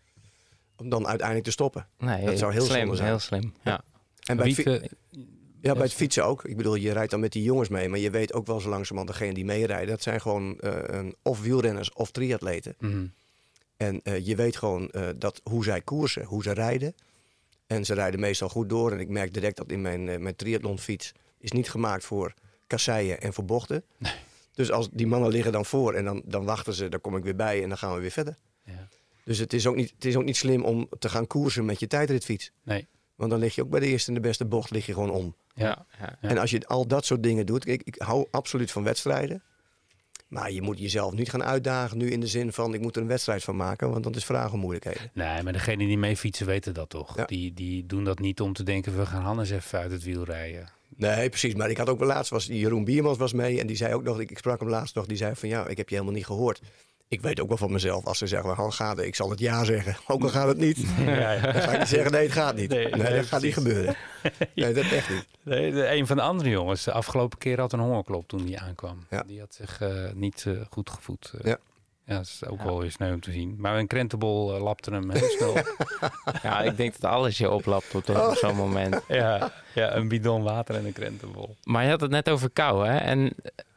D: dan uiteindelijk te stoppen.
C: Nee,
D: Dat zou heel
C: slim,
D: zonde zijn.
C: heel slim. Ja.
D: En bij,
B: Wieten-
D: bij het fietsen ook. Ik bedoel, je rijdt dan met die jongens mee, maar je weet ook wel zo langzamerhand degene die meerijden. Dat zijn gewoon of wielrenners of triatleten.
B: Mhm.
D: En je weet gewoon hoe zij koersen, hoe ze rijden. En ze rijden meestal goed door. En ik merk direct dat in mijn triathlonfiets is niet gemaakt voor kasseien en voor bochten.
B: Nee.
D: Dus als die mannen liggen dan voor en dan wachten ze, dan kom ik weer bij en dan gaan we weer verder.
B: Ja.
D: Dus het is ook niet slim om te gaan koersen met je tijdritfiets.
B: Nee.
D: Want dan lig je ook bij de eerste en de beste bocht lig je gewoon om.
B: Ja.
C: Ja.
B: Ja.
D: En als je al dat soort dingen doet, ik hou absoluut van wedstrijden. Maar je moet jezelf niet gaan uitdagen nu in de zin van ik moet er een wedstrijd van maken, want dat is vragen moeilijkheden.
B: Nee, maar degenen die mee fietsen weten dat toch?
D: Ja.
B: Die doen dat niet om te denken, we gaan Hannes even uit het wiel rijden.
D: Nee, precies. Maar ik had ook wel laatst, Jeroen Biermans was mee en die zei ook nog, ik sprak hem laatst nog, die zei van ja, ik heb je helemaal niet gehoord. Ik weet ook wel van mezelf, als ze zeggen, Han gaat het, ik zal het ja zeggen. Ook al gaat het niet.
B: Ja.
D: Dan ga ik niet zeggen, nee, het gaat niet.
B: Nee,
D: Nee, dat gaat
B: precies.
D: niet gebeuren. Nee, dat echt niet.
B: Een van de andere jongens, de afgelopen keer had een hongerklop toen die aankwam.
D: Ja.
B: Die had zich niet goed gevoed.
D: Ja.
B: Ja, dat is ook wel weer sneu om te zien. Maar een krentenbol lapte hem heel snel.
C: Ja, ik denk dat alles je oplapt op zo'n moment.
B: ja, een bidon water en een krentenbol.
C: Maar je had het net over kou, hè? En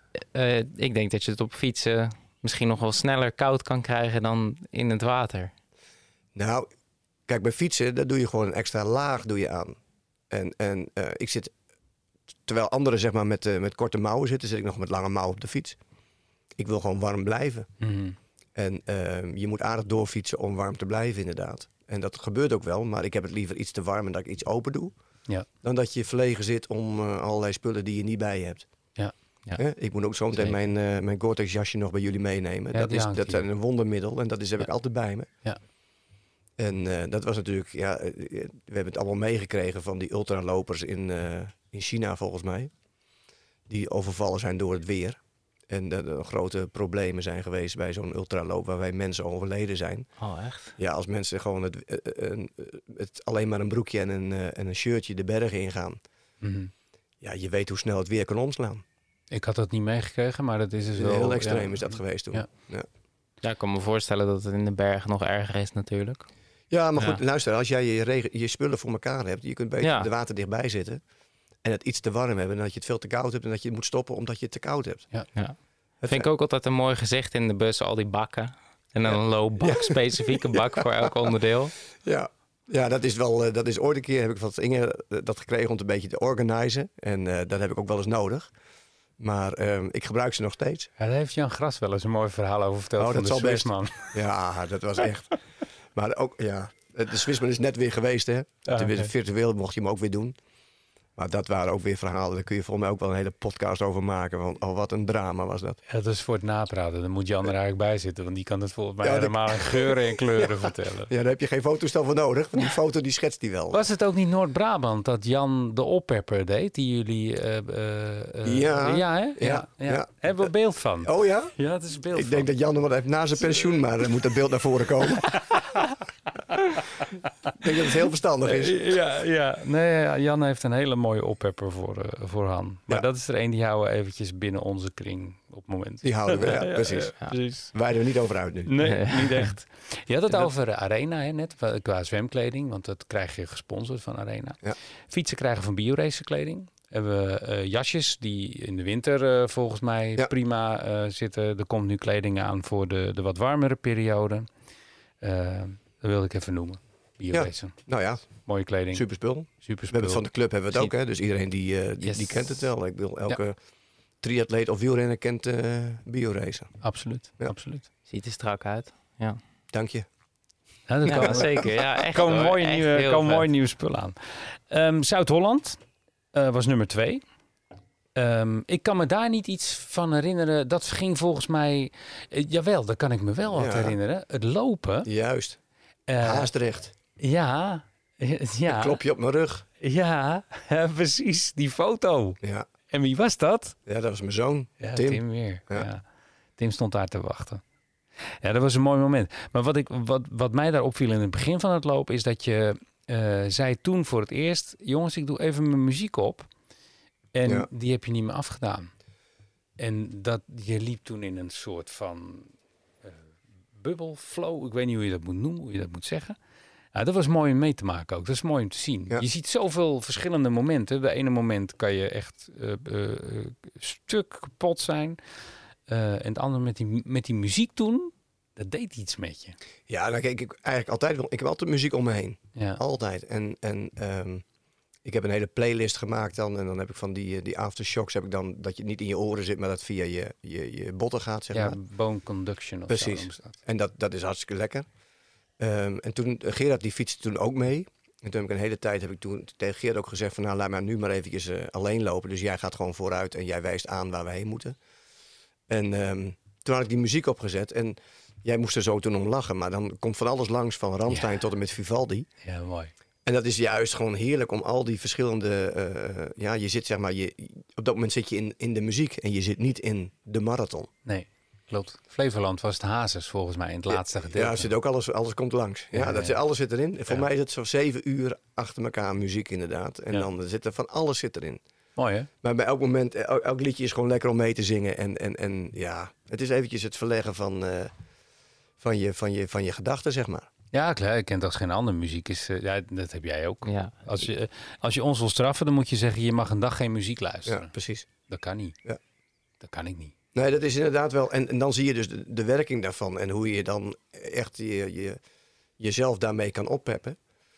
C: ik denk dat je het op fietsen misschien nog wel sneller koud kan krijgen dan in het water.
D: Nou, kijk, bij fietsen, daar doe je gewoon een extra laag aan. En ik zit, terwijl anderen zeg maar met korte mouwen zitten, zit ik nog met lange mouwen op de fiets. Ik wil gewoon warm blijven.
B: Mhm.
D: En je moet aardig doorfietsen om warm te blijven, inderdaad. En dat gebeurt ook wel, maar ik heb het liever iets te warm en dat ik iets open doe.
B: Ja.
D: Dan dat je verlegen zit om allerlei spullen die je niet bij je hebt.
B: Ja.
C: Ja.
D: Hè? Ik moet ook zo meteen mijn Gore-Tex jasje nog bij jullie meenemen.
B: Ja, die hangt
D: dat
B: hier.
D: is een wondermiddel en dat heb ik altijd bij me.
B: Ja.
D: En dat was natuurlijk, we hebben het allemaal meegekregen van die ultralopers in China volgens mij. Die overvallen zijn door het weer. En dat er grote problemen zijn geweest bij zo'n ultraloop waarbij mensen overleden zijn.
C: Oh, echt?
D: Ja, als mensen gewoon het alleen maar een broekje en een shirtje de bergen ingaan.
B: Mhm.
D: Ja, je weet hoe snel het weer kan omslaan.
B: Ik had dat niet meegekregen, maar dat is dus wel...
D: Heel extreem
B: ja.
D: is dat geweest toen.
B: Ja.
D: Ja.
C: Ja, ik kan me voorstellen dat het in de bergen nog erger is natuurlijk.
D: Ja, maar
C: Ja.
D: goed, luister, als jij je spullen voor elkaar hebt, je kunt beter
C: Ja.
D: er water dichtbij zitten en het iets te warm hebben, dan dat je het veel te koud hebt en dat je het moet stoppen omdat je het te koud hebt.
C: Ja.
D: Het
C: Vind ik ook altijd een mooi gezicht in de bus, al die bakken. En dan een loopbak, specifieke bak voor elk onderdeel.
D: Ja, dat is ooit een keer, heb ik van Inge dat gekregen om het een beetje te organiseren. En dat heb ik ook wel eens nodig. Maar ik gebruik ze nog steeds.
B: Ja, daar heeft Jan Gras wel eens een mooi verhaal over verteld
D: Oh,
B: van
D: dat
B: de
D: zal best.
B: Swissman.
D: Ja, dat was echt. Maar ook, ja, de Swissman is net weer geweest, hè. Tenminste,
B: oké.
D: virtueel mocht je hem ook weer doen. Maar dat waren ook weer verhalen. Daar kun je volgens mij ook wel een hele podcast over maken. Want wat een drama was dat.
B: Ja, dat is voor het napraten. Dan moet Jan er eigenlijk bij zitten. Want die kan het volgens mij
D: Ja,
B: helemaal in geuren en kleuren vertellen.
D: Ja, daar heb je geen fotostel voor nodig. Want die foto die schetst hij wel.
B: Was het ook niet Noord-Brabant dat Jan de oppepper deed? Die jullie...
D: Ja.
B: Ja, hè?
D: Ja.
B: Hebben we beeld van?
D: Oh ja?
B: Ja, het is een beeld
D: Ik denk dat Jan nog wat heeft na zijn pensioen. Maar dan moet dat beeld naar voren komen. Ik denk dat het heel verstandig is.
B: Ja. Nee, Jan heeft een hele mooie oppepper voor Han. Maar
D: Ja.
B: dat is er een die houden we eventjes binnen onze kring op het moment.
D: Die houden we, ja, precies.
B: Ja, precies.
D: Wij er niet over uit nu.
B: Nee, niet echt. Je had het over Arena hè, net, qua zwemkleding. Want dat krijg je gesponsord van Arena.
D: Ja.
B: Fietsen krijgen van BioRacer kleding. Hebben we jasjes die in de winter volgens mij prima zitten. Er komt nu kleding aan voor de wat warmere periode. Dat wilde ik even noemen. BioRacer.
D: Nou ja,
B: Mooie kleding.
D: super spul.
B: Super
D: We hebben
B: spul.
D: het van de club hebben we het ook, hè? Dus iedereen die
B: Yes.
D: kent het wel. Ik bedoel, elke triatleet of wielrenner kent BioRacer.
B: Absoluut,
D: Ja.
B: absoluut.
C: Ziet er strak uit. Ja,
D: Dank je.
B: Ja, dat
C: ja zeker. Ja, echt.
B: komen
C: hoor.
B: mooie,
C: Echt
B: nieuwe,
C: heel
B: komen
C: vet.
B: mooie nieuwe spullen aan. Zuid-Holland was nummer 2. Ik kan me daar niet iets van herinneren. Dat ging volgens mij... jawel, dat kan ik me wel wat
D: Ja.
B: herinneren. Het lopen.
D: Juist.
B: Ja.
D: Haastrecht.
B: Ja.
D: Klop je op mijn rug.
B: Ja, precies. Die foto.
D: Ja.
B: En wie was dat?
D: Ja, dat was mijn zoon.
B: Ja,
D: Tim.
B: Tim weer.
D: Ja.
B: Ja. Tim stond daar te wachten. Ja, dat was een mooi moment. Maar wat mij daar opviel in het begin van het lopen... is dat je zei toen voor het eerst... jongens, ik doe even mijn muziek op. En die heb je niet meer afgedaan. En je liep toen in een soort van bubbelflow. Ik weet niet hoe je dat moet noemen, hoe je dat moet zeggen. Ja, dat was mooi om mee te maken ook. Dat is mooi om te zien.
D: Ja.
B: Je ziet zoveel verschillende momenten. Bij ene moment kan je echt stuk kapot zijn. En het andere met die muziek toen, dat deed iets met je.
D: Ja, dan kijk ik eigenlijk altijd wel. Ik heb altijd muziek om me heen.
B: Ja.
D: Altijd. En ik heb een hele playlist gemaakt dan. En dan heb ik van die aftershocks heb ik dan dat je niet in je oren zit, maar dat via je botten gaat, zeg
B: Ja,
D: maar.
B: bone conduction of
D: Precies.
B: zo noemen ze dat.
D: En dat is hartstikke lekker. En toen, Gerard die fietste toen ook mee. En toen heb ik een hele tijd tegen Gerard ook gezegd van... nou, laat maar nu maar eventjes alleen lopen. Dus jij gaat gewoon vooruit en jij wijst aan waar we heen moeten. En toen had ik die muziek opgezet en jij moest er zo toen om lachen. Maar dan komt van alles langs, van Rammstein tot en met Vivaldi.
B: Ja, mooi.
D: En dat is juist gewoon heerlijk om al die verschillende... je zit zeg maar... op dat moment zit je in de muziek en je zit niet in de marathon.
B: Nee, klopt. Flevoland was het Hazes volgens mij in het laatste gedeelte.
D: Ja, zit ook alles komt langs. Alles zit erin. Voor mij is het zo 7 uur achter elkaar muziek inderdaad. En dan zit er van alles zit erin.
B: Mooi hè?
D: Maar bij elk moment, elk liedje is gewoon lekker om mee te zingen. En ja, het is eventjes het verleggen van je gedachten, zeg maar.
B: Ja, klaar. Ik ken het als geen andere muziek. Ja, dat heb jij ook.
C: Ja.
B: Als je ons wil straffen, dan moet je zeggen... je mag een dag geen muziek luisteren.
D: Ja, precies.
B: Dat kan niet.
D: Ja.
B: Dat kan ik niet.
D: Nee, dat is inderdaad wel. En dan zie je dus de werking daarvan. En hoe je dan echt jezelf daarmee kan oppeppen.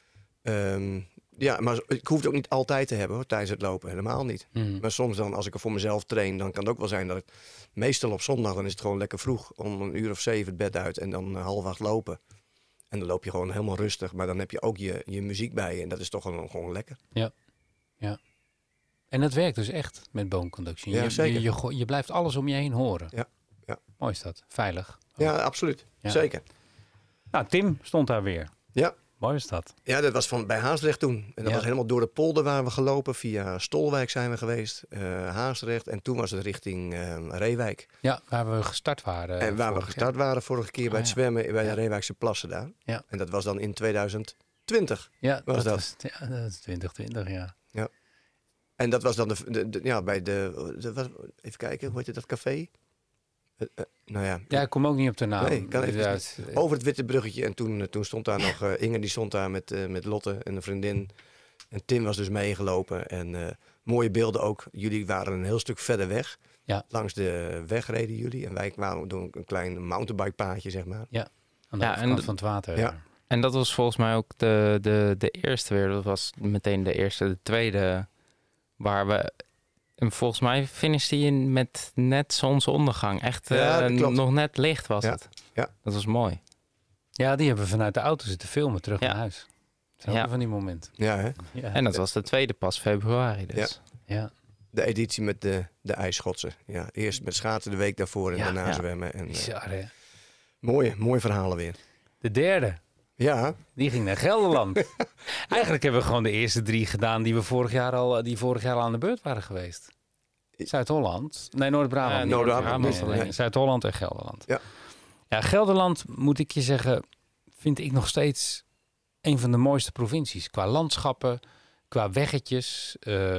D: Ja, maar ik hoef het ook niet altijd te hebben hoor, tijdens het lopen. Helemaal niet. Maar soms dan, als ik er voor mezelf train... dan kan het ook wel zijn dat ik... meestal op zondag, dan is het gewoon lekker vroeg. Om 7:00 het bed uit en dan 7:30 lopen. En dan loop je gewoon helemaal rustig. Maar dan heb je ook je muziek bij je. En dat is toch gewoon lekker.
B: Ja. En dat werkt dus echt met bone conduction.
D: Ja, zeker.
B: Je blijft alles om je heen horen.
D: Ja.
B: Mooi is dat. Veilig.
D: Ja, absoluut.
B: Ja.
D: Zeker.
B: Nou, Tim stond daar weer.
D: Ja.
B: Mooi is dat.
D: Ja, dat was bij Haasdrecht toen. En dat was helemaal door de polder waar we gelopen. Via Stolwijk zijn we geweest. Haasdrecht. En toen was het richting Reewijk.
B: Ja, waar we gestart waren.
D: En waar we gestart waren vorige keer bij het zwemmen bij de Reewijkse plassen daar.
B: Ja.
D: En dat was dan in 2020.
B: Ja,
D: was dat.
B: Was, ja, dat is 2020, ja.
D: Ja. En dat was dan bij even kijken, hoe heet dat café? Nou ja.
B: Ja, ik kom ook niet op de naam.
D: Nee, kan even over het Witte Bruggetje. En toen stond daar nog Inge, die stond daar met Lotte en een vriendin. En Tim was dus meegelopen. En mooie beelden ook. Jullie waren een heel stuk verder weg.
B: Ja.
D: Langs de weg reden jullie. En wij kwamen door een klein mountainbikepaadje, zeg maar.
B: Ja, aan de overkant van het water.
D: Ja.
C: En dat was volgens mij ook de eerste weer. Dat was meteen de tweede... waar we... En volgens mij finishte je met net zonsondergang. Echt nog net licht was het.
D: Ja.
C: Dat was mooi.
B: Ja, die hebben we vanuit de auto zitten filmen terug naar huis. Ja. Van die moment.
D: Ja, hè?
C: Ja. En dat was de tweede pas februari dus.
B: Ja.
D: De editie met de ijsschotsen. Ja, eerst met schaatsen de week daarvoor en daarna zwemmen. En,
B: bizar, hè?
D: Mooie verhalen weer.
B: De derde.
D: Ja.
B: Die ging naar Gelderland. Eigenlijk hebben we gewoon de eerste 3 gedaan die vorig jaar al aan de beurt waren geweest.
D: Zuid-Holland?
B: Nee, Noord-Brabant.
D: Noord-Brabant.
B: Nee. Zuid-Holland en Gelderland.
D: Ja.
B: Ja, Gelderland, moet ik je zeggen, vind ik nog steeds een van de mooiste provincies. Qua landschappen, qua weggetjes.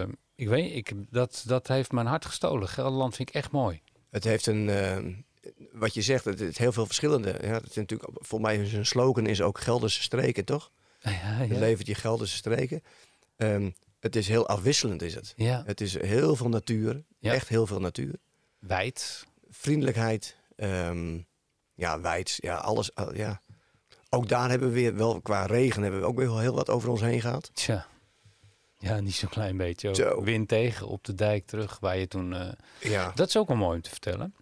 B: Dat heeft mijn hart gestolen. Gelderland vind ik echt mooi.
D: Het heeft wat je zegt, het heeft heel veel verschillende. Ja, het is natuurlijk, volgens mij is een slogan is ook Gelderse streken, toch?
B: Ja.
D: Het levert je Gelderse streken. Het is heel afwisselend, is het.
B: Ja.
D: Het is heel veel natuur. Ja. Echt heel veel natuur.
B: Wijd.
D: Vriendelijkheid. Wijd. Ja, alles. Ja. Ook daar hebben we weer, wel qua regen, hebben we ook weer heel wat over ons heen gehad.
B: Tja. Ja, niet zo'n klein beetje. Ook.
D: Zo.
B: Wind tegen, op de dijk terug, waar je toen... Dat is ook wel mooi om te vertellen.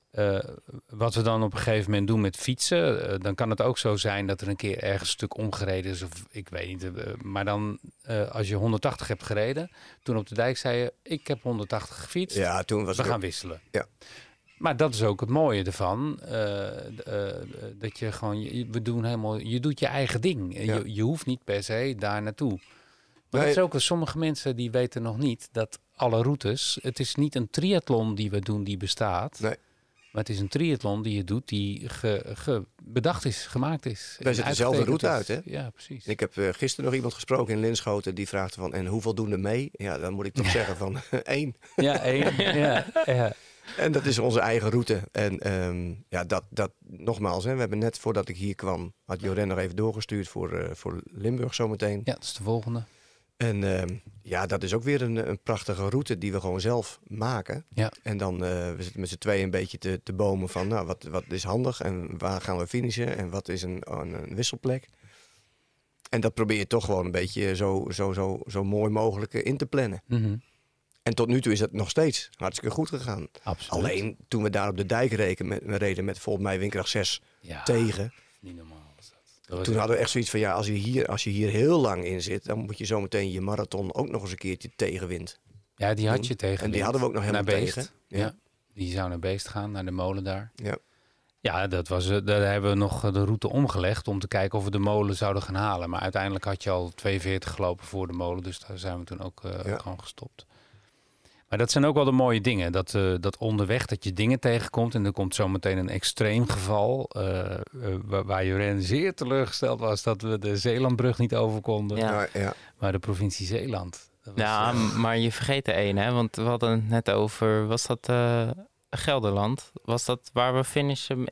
B: Wat we dan op een gegeven moment doen met fietsen, dan kan het ook zo zijn dat er een keer ergens een stuk omgereden is. Of ik weet niet. Maar dan, als je 180 hebt gereden, toen op de dijk zei je, ik heb 180 gefietst.
D: Ja, toen was
B: we gaan wisselen.
D: Ja.
B: Maar dat is ook het mooie ervan. Dat je gewoon, je doet je eigen ding.
D: Ja.
B: Je hoeft niet per se daar naartoe. Maar dat is ook, sommige mensen die weten nog niet dat alle routes, het is niet een triathlon die we doen die bestaat.
D: Nee.
B: Maar het is een triathlon die je doet die bedacht is, gemaakt is.
D: Wij zetten dezelfde route uit, hè?
B: Ja, precies.
D: Ik heb gisteren nog iemand gesproken in Linschoten die vraagt van, en hoeveel doen er mee? Ja, dan moet ik toch zeggen van 1.
B: Ja, 1. ja.
D: En dat is onze eigen route. En dat nogmaals, hè, we hebben net voordat ik hier kwam, had Joren nog even doorgestuurd voor Limburg zometeen.
B: Ja, dat is de volgende.
D: En dat is ook weer een prachtige route die we gewoon zelf maken.
B: Ja.
D: En dan we zitten met z'n tweeën een beetje te bomen van, nou, wat is handig en waar gaan we finishen en wat is een wisselplek. En dat probeer je toch gewoon een beetje zo mooi mogelijk in te plannen.
B: Mm-hmm.
D: En tot nu toe is het nog steeds hartstikke goed gegaan.
B: Absoluut.
D: Alleen toen we daar op de dijk reden met volgens mij windkracht 6 tegen.
B: Niet normaal was dat.
D: Toen hadden we echt zoiets van, ja, als je hier heel lang in zit, dan moet je zometeen je marathon ook nog eens een keertje tegenwind.
B: Ja, die had je tegen.
D: En die hadden we ook nog helemaal tegen.
B: Ja. Die zou naar Beest gaan, naar de molen daar.
D: Ja.
B: Ja, daar hebben we nog de route omgelegd om te kijken of we de molen zouden gaan halen. Maar uiteindelijk had je al 42 gelopen voor de molen, dus daar zijn we toen ook gewoon gestopt. Maar dat zijn ook wel de mooie dingen. Dat onderweg dat je dingen tegenkomt. En er komt zometeen een extreem geval. Waar Joren zeer teleurgesteld was dat we de Zeelandbrug niet over konden.
C: Ja.
B: Maar de provincie Zeeland. Dat was,
C: ja, maar je vergeet er één, hè? Want we hadden het net over, was dat Gelderland? Was dat waar we finishen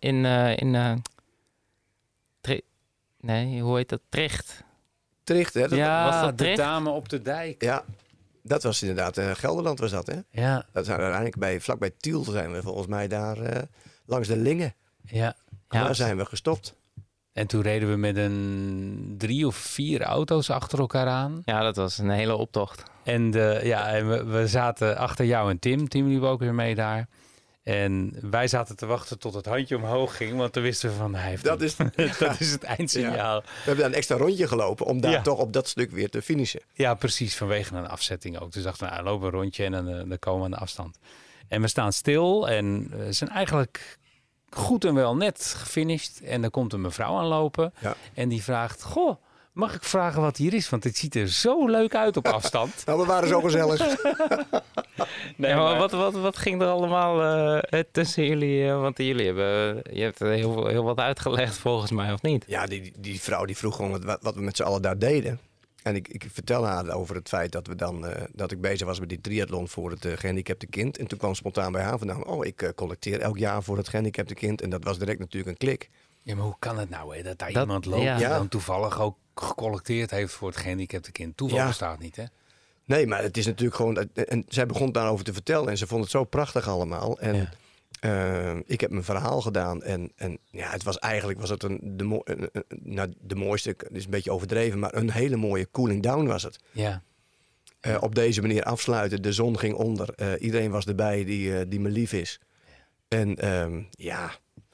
C: hoe heet dat? Tricht.
D: Tricht, hè?
C: Was dat
B: de
C: Tricht?
B: dame op de dijk.
D: Ja. Dat was inderdaad, Gelderland was dat, hè?
B: Ja.
D: Dat zijn uiteindelijk vlakbij Tiel zijn we volgens mij daar langs de Lingen.
B: Ja.
D: Daar zijn we gestopt.
B: En toen reden we met een 3 of 4 auto's achter elkaar aan.
C: Ja, dat was een hele optocht.
B: En, we zaten achter jou en Tim. Tim liep ook weer mee daar. En wij zaten te wachten tot het handje omhoog ging. Want toen wisten we van, dat is het eindsignaal.
D: Ja. We hebben daar een extra rondje gelopen om daar toch op dat stuk weer te finishen.
B: Ja, precies. Vanwege een afzetting ook. Dus dachten we, lopen een rondje en dan komen we aan de afstand. En we staan stil en zijn eigenlijk goed en wel net gefinished. En dan komt een mevrouw aanlopen. Ja. En die vraagt, goh, mag ik vragen wat hier is? Want het ziet er zo leuk uit op afstand.
D: Nou, we waren zo gezellig.
C: Nee, maar wat ging er allemaal tussen jullie? Want je hebt heel wat uitgelegd volgens mij, of niet?
D: Ja, die vrouw die vroeg gewoon wat we met z'n allen daar deden. En ik vertelde haar over het feit dat dat ik bezig was met die triathlon voor het gehandicapte kind. En toen kwam spontaan bij haar vandaan, ik collecteer elk jaar voor het gehandicapte kind. En dat was direct natuurlijk een klik.
B: Ja, maar hoe kan het nou, hè? Dat iemand loopt die dan toevallig ook gecollecteerd heeft voor het gehandicapte kind. Toeval bestaat niet, hè?
D: Nee, maar het is natuurlijk gewoon... En zij begon daarover te vertellen en ze vond het zo prachtig allemaal. En ik heb mijn verhaal gedaan. En het was eigenlijk de mooiste, het is een beetje overdreven, maar een hele mooie cooling down was het.
B: Ja.
D: Op deze manier afsluiten, de zon ging onder. Iedereen was erbij die me lief is. En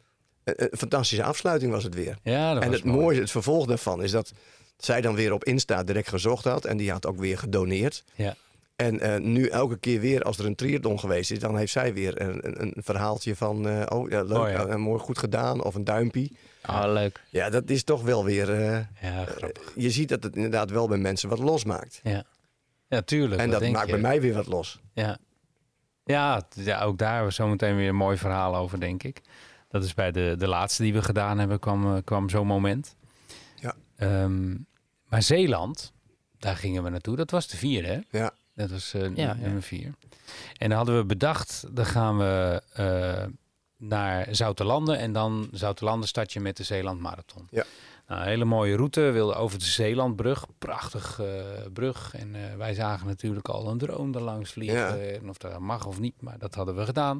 D: een fantastische afsluiting was het weer.
B: Ja, dat
D: en
B: was
D: het
B: mooi.
D: mooie, het vervolg daarvan is dat zij dan weer op Insta direct gezocht had. En die had ook weer gedoneerd.
B: Ja.
D: En nu elke keer weer als er een triathlon geweest is, dan heeft zij weer een verhaaltje van leuk, mooi goed gedaan of een duimpje.
C: Oh, leuk.
D: Ja, dat is toch wel weer...
B: Ja, grappig.
D: je ziet dat het inderdaad wel bij mensen wat losmaakt.
B: Ja, tuurlijk.
D: En dat
B: denk
D: maakt
B: je.
D: bij mij weer wat los.
B: Ja. Ja, ook daar hebben we zometeen weer een mooi verhaal over, denk ik. Dat is bij de laatste die we gedaan hebben, kwam zo'n moment.
D: Ja.
B: Maar Zeeland, daar gingen we naartoe. Dat was de 4, hè?
D: Ja.
B: Dat was
C: Ja.
B: nummer 4. En dan hadden we bedacht, dan gaan we naar Zoutelanden. En dan Zoutelanden start je met de Zeeland Marathon.
D: Ja.
B: Nou, een hele mooie route. We wilden over de Zeelandbrug. Prachtig brug. En wij zagen natuurlijk al een drone er langs vliegen.
D: Ja.
B: En of dat mag of niet, maar dat hadden we gedaan.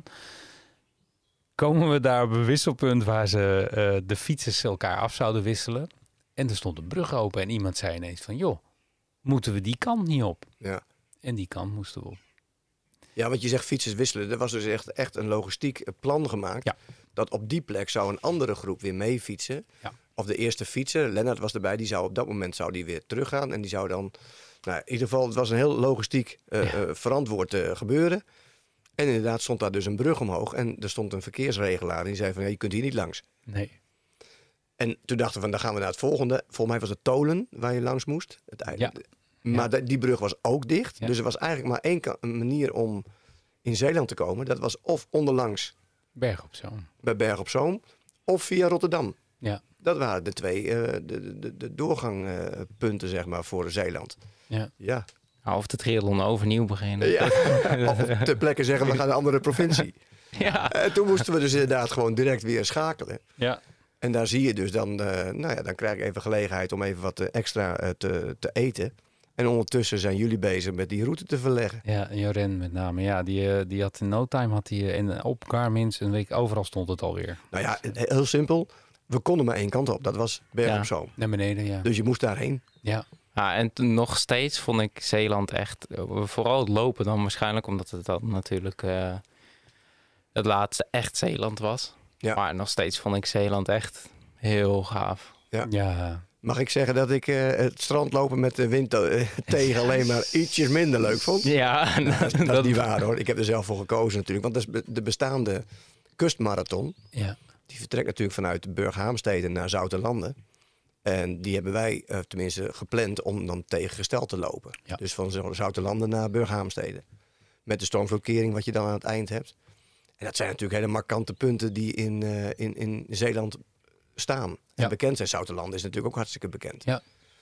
B: Komen we daar op een wisselpunt waar ze de fietsers elkaar af zouden wisselen. En er stond een brug open en iemand zei ineens van... joh, moeten we die kant niet op?
D: Ja.
B: En die kant moesten we op.
D: Ja, want je zegt fietsers wisselen. Er was dus echt een logistiek plan gemaakt.
B: Ja.
D: Dat op die plek zou een andere groep weer mee fietsen.
B: Ja.
D: Of de eerste fietser, Lennart was erbij, die zou op dat moment weer teruggaan. En die zou dan, nou, in ieder geval, het was een heel logistiek verantwoord gebeuren. En inderdaad stond daar dus een brug omhoog. En er stond een verkeersregelaar en die zei van, ja, je kunt hier niet langs.
B: Nee.
D: En toen dachten we van, dan gaan we naar het volgende. Volgens mij was het Tolen waar je langs moest. Het eiland.
B: Ja.
D: Maar die brug was ook dicht.
B: Ja.
D: Dus er was eigenlijk maar één manier om in Zeeland te komen. Dat was of onderlangs
B: Berg op Zoom.
D: bij Berg op Zoom of via Rotterdam.
B: Ja.
D: Dat waren de twee de doorgangpunten, zeg maar, voor Zeeland.
B: Ja.
D: Ja.
C: Nou, of de triathlon overnieuw beginnen.
D: Ja. Of ter plekke zeggen, we gaan naar een andere provincie.
C: Ja.
D: En toen moesten we dus inderdaad gewoon direct weer schakelen.
B: Ja.
D: En daar zie je dus dan, dan krijg ik even gelegenheid om even wat extra te eten. En ondertussen zijn jullie bezig met die route te verleggen.
B: Ja, en Joren met name. Ja, die had in no time en op Garmin's een week overal stond het alweer.
D: Nou ja, heel simpel. We konden maar één kant op. Dat was Berg
C: Ja.
D: op Zoom.
B: Naar beneden, ja.
D: Dus je moest daarheen.
B: Ja.
C: Ja, en toen nog steeds vond ik Zeeland echt, vooral het lopen dan waarschijnlijk, omdat het dan natuurlijk het laatste echt Zeeland was.
D: Ja.
C: Maar nog steeds vond ik Zeeland echt heel gaaf.
B: Ja.
D: Mag ik zeggen dat ik het strandlopen met de wind tegen alleen maar ietsjes minder leuk vond?
C: Ja,
D: Dat is niet waar hoor. Ik heb er zelf voor gekozen natuurlijk. Want dat is de bestaande kustmarathon.
B: Ja.
D: Die vertrekt natuurlijk vanuit Burghaamstede naar Zoutelanden. En die hebben wij tenminste gepland om dan tegengesteld te lopen.
B: Ja.
D: Dus van Zoutelanden naar Burghaamstede. Met de stormvloedkering wat je dan aan het eind hebt. En dat zijn natuurlijk hele markante punten die in Zeeland staan. En
B: Ja.
D: bekend zijn. Zoutelanden is natuurlijk ook hartstikke bekend.
B: Ja.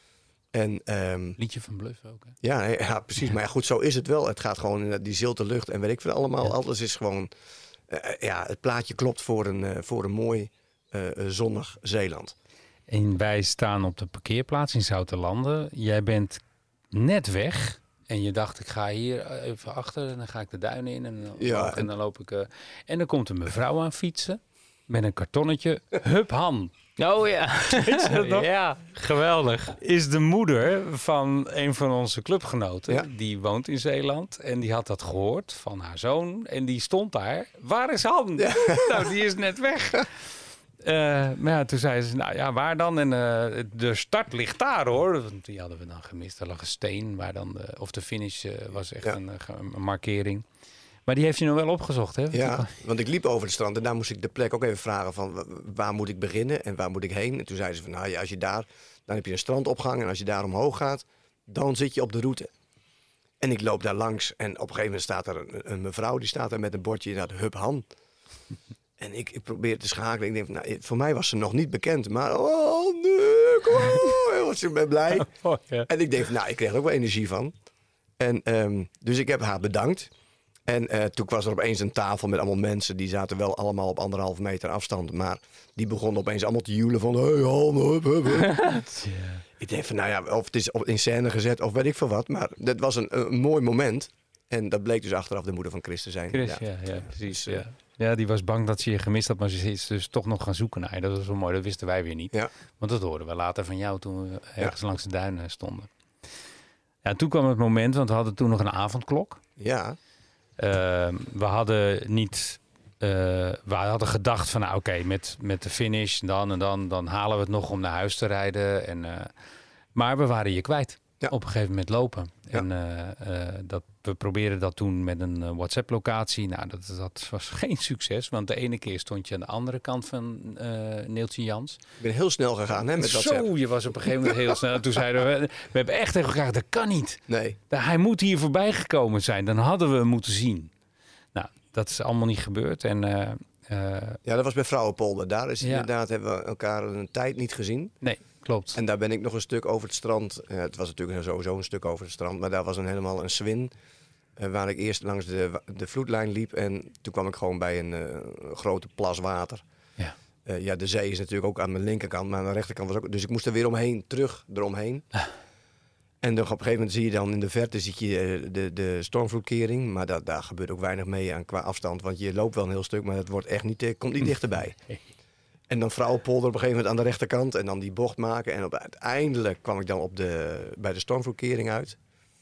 D: En
B: Liedje van Bluff ook, hè?
D: ja, precies. Maar ja, goed, zo is het wel. Het gaat gewoon in die zilte lucht en weet ik veel allemaal.
B: Ja.
D: Alles is gewoon... het plaatje klopt voor een mooi zonnig Zeeland.
B: En wij staan op de parkeerplaats in Zoutelanden. Jij bent net weg. En je dacht, ik ga hier even achter en dan ga ik de duinen in. En dan loop ik... en dan komt een mevrouw aan fietsen met een kartonnetje. Hup, Han.
C: Oh ja.
B: Weet je dat nog?
C: Ja, geweldig.
B: Is de moeder van een van onze clubgenoten.
D: Ja.
B: Die woont in Zeeland. En die had dat gehoord van haar zoon. En die stond daar. Waar is Han?
D: Ja.
B: Nou, die is net weg. Maar ja, toen zei ze, nou ja, waar dan? En de start ligt daar, hoor. Want die hadden we dan gemist. Er lag een steen waar dan de finish was echt een markering. Maar die heeft je nog wel opgezocht, hè?
D: Ja, want ik liep over het strand en daar moest ik de plek ook even vragen van waar moet ik beginnen en waar moet ik heen? En toen zeiden ze van, nou ja, als je daar, dan heb je een strandopgang en als je daar omhoog gaat, dan zit je op de route. En ik loop daar langs en op een gegeven moment staat er een mevrouw, die staat daar met een bordje inderdaad, Hup Han. En ik probeer te schakelen. Ik denk, nou, voor mij was ze nog niet bekend, maar oh nee, kom op, ik ben blij.
B: Oh, ja.
D: En ik denk, nou, ik kreeg er ook wel energie van. En dus ik heb haar bedankt. En toen was er opeens een tafel met allemaal mensen. Die zaten wel allemaal op 1,5 meter afstand. Maar die begonnen opeens allemaal te joelen van... Hey, Han, hup, hup, hup. Ik denk van, nou ja, of het is in scène gezet of weet ik veel wat. Maar dat was een mooi moment. En dat bleek dus achteraf de moeder van Chris te zijn.
B: Chris, ja, precies. Ja. Ja, die was bang dat ze je gemist had, maar ze is dus toch nog gaan zoeken naar je. Dat was wel mooi, dat wisten wij weer niet.
D: Ja.
B: Want dat hoorden we later van jou toen we ergens langs de duinen stonden. Ja, toen kwam het moment, want we hadden toen nog een avondklok.
D: Ja.
B: We hadden niet we hadden gedacht van nou oké, met de finish dan halen we het nog om naar huis te rijden. Maar we waren je kwijt.
D: Ja.
B: Op een gegeven moment lopen.
D: Ja.
B: En we probeerden dat toen met een WhatsApp-locatie. Nou, dat was geen succes. Want de ene keer stond je aan de andere kant van Neeltje Jans.
D: Ik ben heel snel gegaan hè, met WhatsApp.
B: Zo, je was op een gegeven moment heel snel. Toen zeiden we hebben echt tegen elkaar, dat kan niet.
D: Nee.
B: Hij moet hier voorbij gekomen zijn. Dan hadden we hem moeten zien. Nou, dat is allemaal niet gebeurd. En
D: Ja, dat was bij Vrouwenpolder. Daar is inderdaad, hebben we elkaar een tijd niet gezien.
B: nee, klopt.
D: En daar ben ik nog een stuk over het strand. Het was natuurlijk sowieso een stuk over het strand. Maar daar was helemaal een swin. Waar ik eerst langs de vloedlijn liep. En toen kwam ik gewoon bij een grote plas water.
B: Ja.
D: De zee is natuurlijk ook aan mijn linkerkant. Maar aan de rechterkant was ook... Dus ik moest er weer omheen, terug eromheen. En dan op een gegeven moment zie je dan in de verte de stormvloedkering. Maar daar gebeurt ook weinig mee qua afstand. Want je loopt wel een heel stuk, maar het wordt echt niet, komt niet dichterbij. En dan Vrouwenpolder op een gegeven moment aan de rechterkant. En dan die bocht maken. En uiteindelijk kwam ik dan bij de stormvloedkering uit.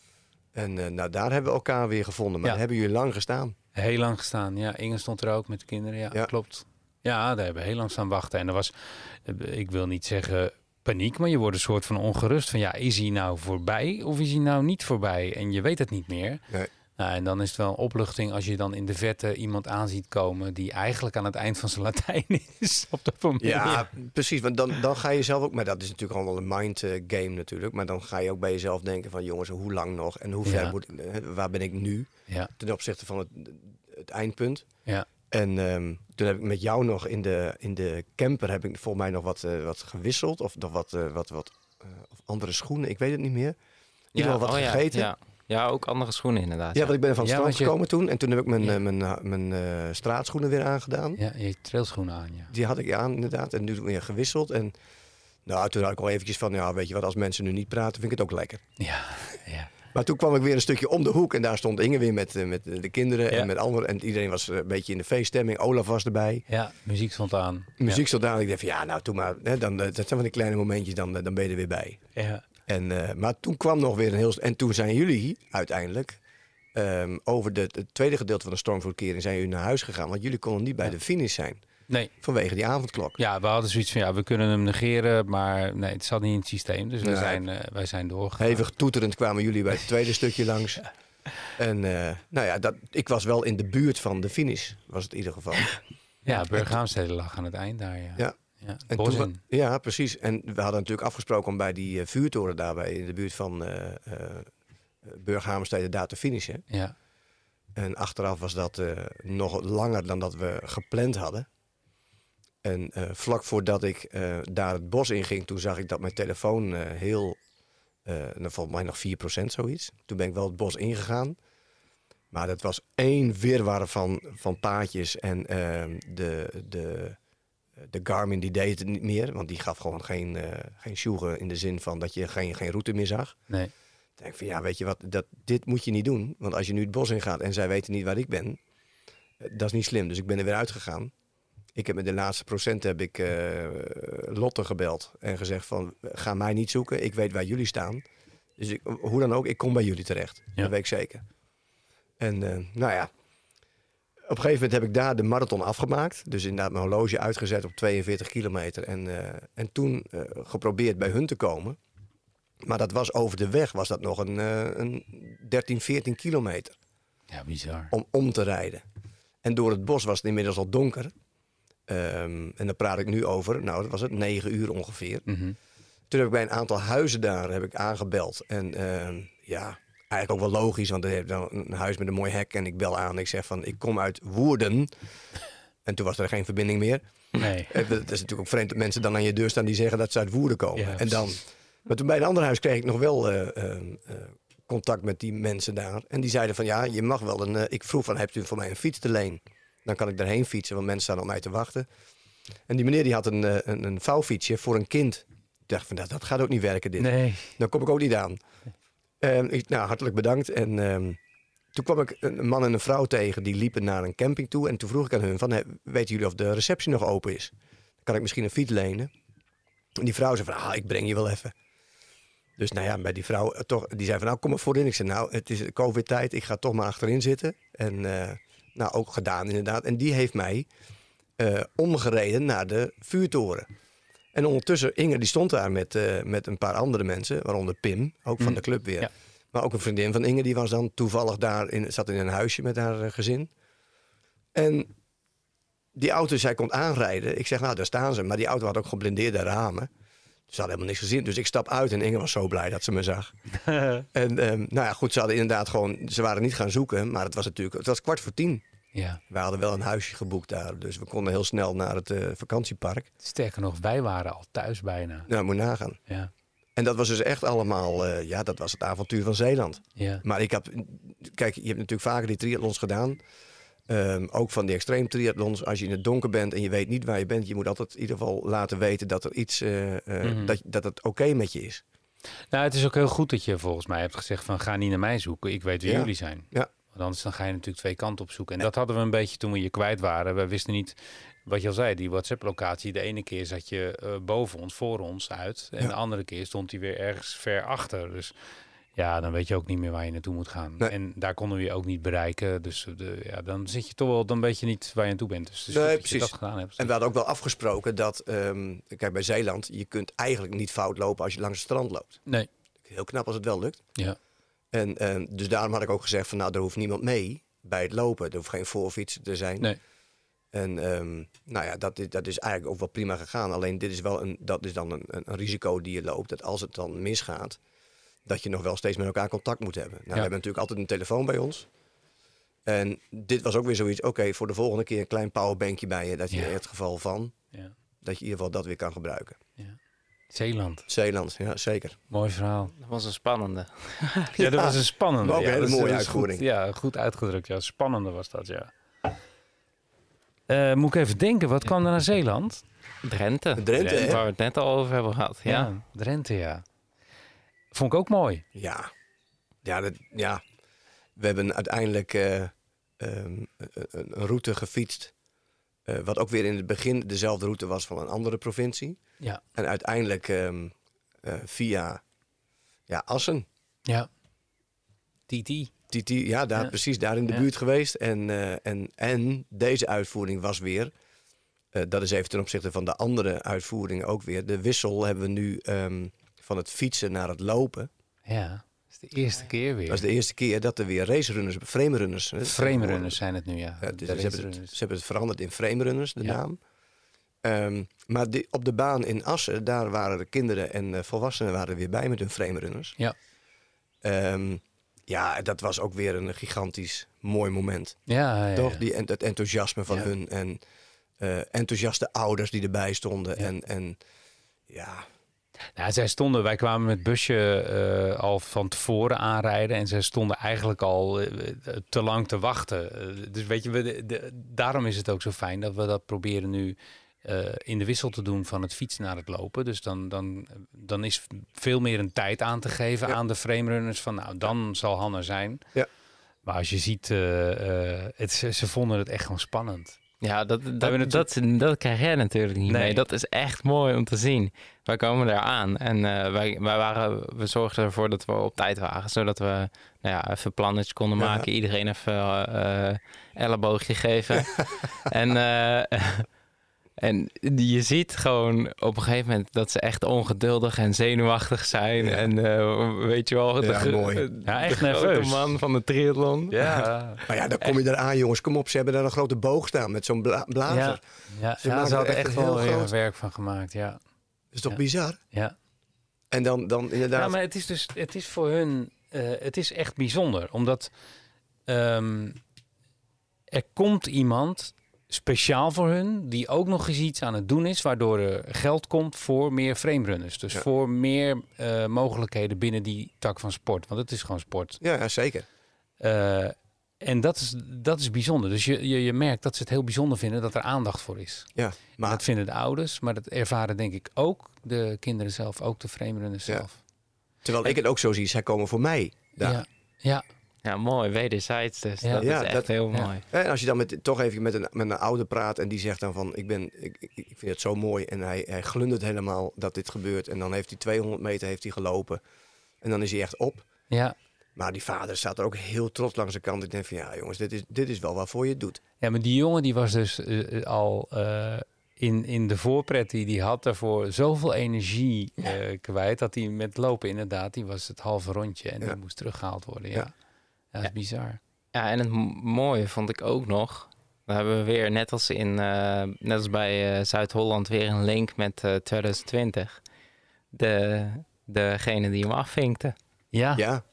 D: En daar hebben we elkaar weer gevonden. Maar daar hebben jullie lang gestaan.
B: Heel lang gestaan. Ja, Inge stond er ook met de kinderen. Ja, klopt. Ja, daar hebben we heel lang staan wachten. En er was, ik wil niet zeggen paniek, maar je wordt een soort van ongerust. Van ja, is hij nou voorbij of is hij nou niet voorbij? En je weet het niet meer. Nee. Nou, en dan is het wel een opluchting als je dan in de verte iemand aan ziet komen die eigenlijk aan het eind van zijn Latijn is. Op dat moment.
D: Ja, precies. Want dan ga je zelf ook, maar dat is natuurlijk allemaal een mind game natuurlijk. Maar dan ga je ook bij jezelf denken van jongens, hoe lang nog en hoe ver waar ben ik nu ten opzichte van het eindpunt.
B: Ja.
D: En toen heb ik met jou nog in de camper heb ik volgens mij nog wat gewisseld of nog wat andere schoenen. Ik weet het niet meer. Wat gegeten.
C: Ja. Ja, ook andere schoenen inderdaad.
D: Ja, want ik ben van het strand gekomen toen. En toen heb ik mijn straatschoenen weer aangedaan.
B: Ja, je trailschoenen aan, ja.
D: Die had ik aan inderdaad. En nu weer gewisseld. En nou, toen had ik al eventjes van, ja, weet je wat, als mensen nu niet praten, vind ik het ook lekker.
B: Ja.
D: Maar toen kwam ik weer een stukje om de hoek. En daar stond Inge weer met de kinderen en met anderen. En iedereen was een beetje in de feeststemming. Olaf was erbij.
B: Ja, muziek stond aan.
D: Muziek stond aan. Ik dacht van, ja, nou, toen maar. Hè, dat zijn van die kleine momentjes, dan ben je er weer bij.
B: Ja.
D: Maar toen kwam nog weer een heel... En toen zijn jullie uiteindelijk over het tweede gedeelte van de stormvloedkering zijn jullie naar huis gegaan. Want jullie konden niet bij de finish zijn.
B: Nee.
D: Vanwege die avondklok.
B: Ja, we hadden zoiets van, we kunnen hem negeren, maar nee, het zat niet in het systeem. Dus wij zijn doorgegaan.
D: Hevig toeterend kwamen jullie bij het tweede stukje langs. En ik was wel in de buurt van de finish, was het in ieder geval.
B: Ja, Burghaamstede lag aan het eind daar, ja.
D: Ja, precies. En we hadden natuurlijk afgesproken om bij die vuurtoren daarbij in de buurt van Burghaamstede daar te finishen.
B: Ja.
D: En achteraf was dat nog langer dan dat we gepland hadden. En vlak voordat ik daar het bos in ging, toen zag ik dat mijn telefoon volgens mij nog 4% zoiets. Toen ben ik wel het bos ingegaan. Maar dat was één wirwar van paadjes en de Garmin die deed het niet meer, want die gaf gewoon geen sjoegen in de zin van dat je geen route meer zag.
B: Nee.
D: Ik denk van ja, weet je wat, dit moet je niet doen. Want als je nu het bos in gaat en zij weten niet waar ik ben, dat is niet slim. Dus ik ben er weer uitgegaan. Ik heb met de laatste procent Lotte gebeld en gezegd van ga mij niet zoeken. Ik weet waar jullie staan. Dus hoe dan ook, ik kom bij jullie terecht. Ja. Dat weet ik zeker. En op een gegeven moment heb ik daar de marathon afgemaakt. Dus inderdaad mijn horloge uitgezet op 42 kilometer. En toen geprobeerd bij hun te komen. Maar dat was over de weg, was dat nog een 13, 14 kilometer.
B: Ja, bizar.
D: Om te rijden. En door het bos was het inmiddels al donker. En daar praat ik nu over. Nou, dat was het 9 uur ongeveer.
B: Mm-hmm.
D: Toen heb ik bij een aantal huizen daar aangebeld. En eigenlijk ook wel logisch, want er heb dan een huis met een mooi hek. En ik bel aan en ik zeg van, ik kom uit Woerden. En toen was er geen verbinding meer.
B: Nee.
D: Het is natuurlijk ook vreemd dat mensen dan aan je deur staan die zeggen dat ze uit Woerden komen.
B: Ja,
D: en dan... Maar toen bij een ander huis kreeg ik nog wel contact met die mensen daar. En die zeiden van ja, je mag wel ik vroeg van, hebt u voor mij een fiets te leen? Dan kan ik daarheen fietsen, want mensen staan op mij te wachten. En die meneer die had een vouwfietsje voor een kind. Ik dacht van, dat gaat ook niet werken dit.
B: Nee.
D: Dan kom ik ook niet aan. Hartelijk bedankt. En toen kwam ik een man en een vrouw tegen. Die liepen naar een camping toe. En toen vroeg ik aan hun van, weten jullie of de receptie nog open is? Dan kan ik misschien een fiets lenen. En die vrouw zei van, ik breng je wel even. Dus bij die vrouw toch, die zei van, kom maar voorin. Ik zei, het is COVID-tijd, ik ga toch maar achterin zitten. En Nou, ook gedaan inderdaad. En die heeft mij omgereden naar de vuurtoren. En ondertussen, Inge die stond daar met een paar andere mensen, waaronder Pim, ook van de club weer.
B: Ja.
D: Maar ook een vriendin van Inge, die was dan toevallig zat in een huisje met haar gezin. En die auto, zij komt aanrijden. Ik zeg, nou, daar staan ze. Maar die auto had ook geblindeerde ramen. Ze hadden helemaal niks gezien. Dus ik stap uit en Inge was zo blij dat ze me zag. En nou ja, goed, ze hadden inderdaad gewoon... Ze waren niet gaan zoeken, maar het was 10:15.
B: Ja.
D: We hadden wel een huisje geboekt daar. Dus we konden heel snel naar het vakantiepark.
B: Sterker nog, wij waren al thuis bijna.
D: Nou, moet je nagaan.
B: Ja.
D: En dat was dus echt allemaal... dat was het avontuur van Zeeland.
B: Ja.
D: Maar kijk, je hebt natuurlijk vaker die triathlons gedaan. Ook van die extreem triathlons. Als je in het donker bent en je weet niet waar je bent... je moet altijd in ieder geval laten weten dat er iets... dat het oké met je is.
B: Nou, het is ook heel goed dat je volgens mij hebt gezegd van... ga niet naar mij zoeken, ik weet wie jullie zijn.
D: Ja.
B: Want anders dan ga je natuurlijk twee kanten op zoeken. En dat hadden we een beetje toen we je kwijt waren. We wisten niet, wat je al zei, die WhatsApp-locatie. De ene keer zat je boven ons, voor ons uit. En de andere keer stond hij weer ergens ver achter. Dus ja, dan weet je ook niet meer waar je naartoe moet gaan.
D: Nee.
B: En daar konden we je ook niet bereiken. Dus dan zit je toch wel, dan weet je niet waar je aan toe bent. Dus het is
D: Nee,
B: goed dat
D: precies.
B: je dat gedaan hebt.
D: En we hadden ook wel afgesproken dat... kijk, bij Zeeland, je kunt eigenlijk niet fout lopen als je langs het strand loopt.
B: Nee.
D: Heel knap als het wel lukt.
B: Ja.
D: En dus daarom had ik ook gezegd van... nou, er hoeft niemand mee bij het lopen. Er hoeft geen voorfiets te zijn.
B: Nee.
D: En nou ja, dat is eigenlijk ook wel prima gegaan. Alleen dit is wel dat is dan een risico die je loopt. Dat als het dan misgaat, dat je nog wel steeds met elkaar contact moet hebben. Nou, we hebben natuurlijk altijd een telefoon bij ons. En dit was ook weer zoiets. Oké, voor de volgende keer een klein powerbankje bij je. Dat je in het geval van, dat je in ieder geval dat weer kan gebruiken.
B: Ja. Zeeland.
D: Zeeland, ja, zeker.
B: Mooi verhaal.
C: Dat was een spannende.
B: Ja, dat was een spannende.
D: Maar ook een hele mooie
B: dat is
D: uitvoering.
B: Goed, goed uitgedrukt. Ja, spannende was dat, ja. Moet ik even denken, wat kwam er naar Zeeland?
C: Drenthe.
D: Drenthe, hè?
C: Waar we het net al over hebben gehad. Ja.
B: Drenthe, ja. Vond ik ook mooi.
D: Ja. We hebben uiteindelijk een route gefietst. Wat ook weer in het begin dezelfde route was van een andere provincie.
B: Ja.
D: En uiteindelijk via Assen.
B: Ja. TT.
D: Precies, daar in de buurt geweest. En deze uitvoering was weer... dat is even ten opzichte van de andere uitvoeringen ook weer. De wissel hebben we nu van het fietsen naar het lopen.
B: Ja, dat is de eerste keer weer.
D: Dat is de eerste keer dat er weer racerunners, framerunners...
B: Framerunners zijn het nu, ja.
D: Dus ze hebben het veranderd in framerunners, de naam. Maar op de baan in Assen, daar waren de kinderen en volwassenen waren weer bij met hun framerunners.
B: Ja.
D: Dat was ook weer een gigantisch mooi moment.
B: Ja.
D: Toch? Het enthousiasme van hun en enthousiaste ouders die erbij stonden.
B: Ja. Nou, wij kwamen met het busje al van tevoren aanrijden en zij stonden eigenlijk al te lang te wachten. Dus weet je, daarom is het ook zo fijn dat we dat proberen nu in de wissel te doen van het fietsen naar het lopen. Dus dan is veel meer een tijd aan te geven aan de framerunners van nou, dan zal Hanne zijn. Ja. Maar als je ziet, ze vonden het echt gewoon spannend.
C: Ja, dat krijg jij natuurlijk niet mee. Dat is echt mooi om te zien. Wij komen daar aan en we zorgden ervoor dat we op tijd waren. Zodat we even een plannetje konden maken. Iedereen even elleboogje geven. En je ziet gewoon op een gegeven moment dat ze echt ongeduldig en zenuwachtig zijn. Ja. En weet je wel,
B: echt
C: de grote man van de triathlon.
D: Ja. Maar dan kom je eraan, jongens. Kom op, ze hebben daar een grote boog staan met zo'n blazer.
B: Ze hadden echt wel heel werk van gemaakt, ja.
D: Dat is toch bizar?
B: Ja.
D: En dan inderdaad...
B: Ja, maar het is voor hun... het is echt bijzonder. Omdat er komt iemand... speciaal voor hun, die ook nog eens iets aan het doen is, waardoor er geld komt voor meer framerunners. Dus voor meer mogelijkheden binnen die tak van sport. Want het is gewoon sport.
D: Ja, zeker.
B: En dat is bijzonder. Dus je merkt dat ze het heel bijzonder vinden dat er aandacht voor is. Ja, maar dat vinden de ouders, maar dat ervaren denk ik ook de kinderen zelf, ook de framerunners zelf.
D: Terwijl ik het ook zo zie, zij komen voor mij daar.
C: Ja, mooi. Wederzijds dus. Dat is echt heel mooi.
D: En als je dan toch even met een ouder praat en die zegt dan van... Ik vind het zo mooi en hij glundert helemaal dat dit gebeurt. En dan heeft hij 200 meter gelopen. En dan is hij echt op.
B: Ja.
D: Maar die vader staat er ook heel trots langs de kant. Ik denk van ja jongens, dit is wel waarvoor je het doet.
B: Ja, maar die jongen die was dus al in de voorpret die had daarvoor zoveel energie kwijt. Dat hij met lopen inderdaad, die was het halve rondje. En die moest teruggehaald worden. Ja, dat is bizar.
C: Ja, en het mooie vond ik ook nog. We hebben weer, net als bij Zuid-Holland, weer een link met 2020. Degene die hem afvinkte.
B: Ja.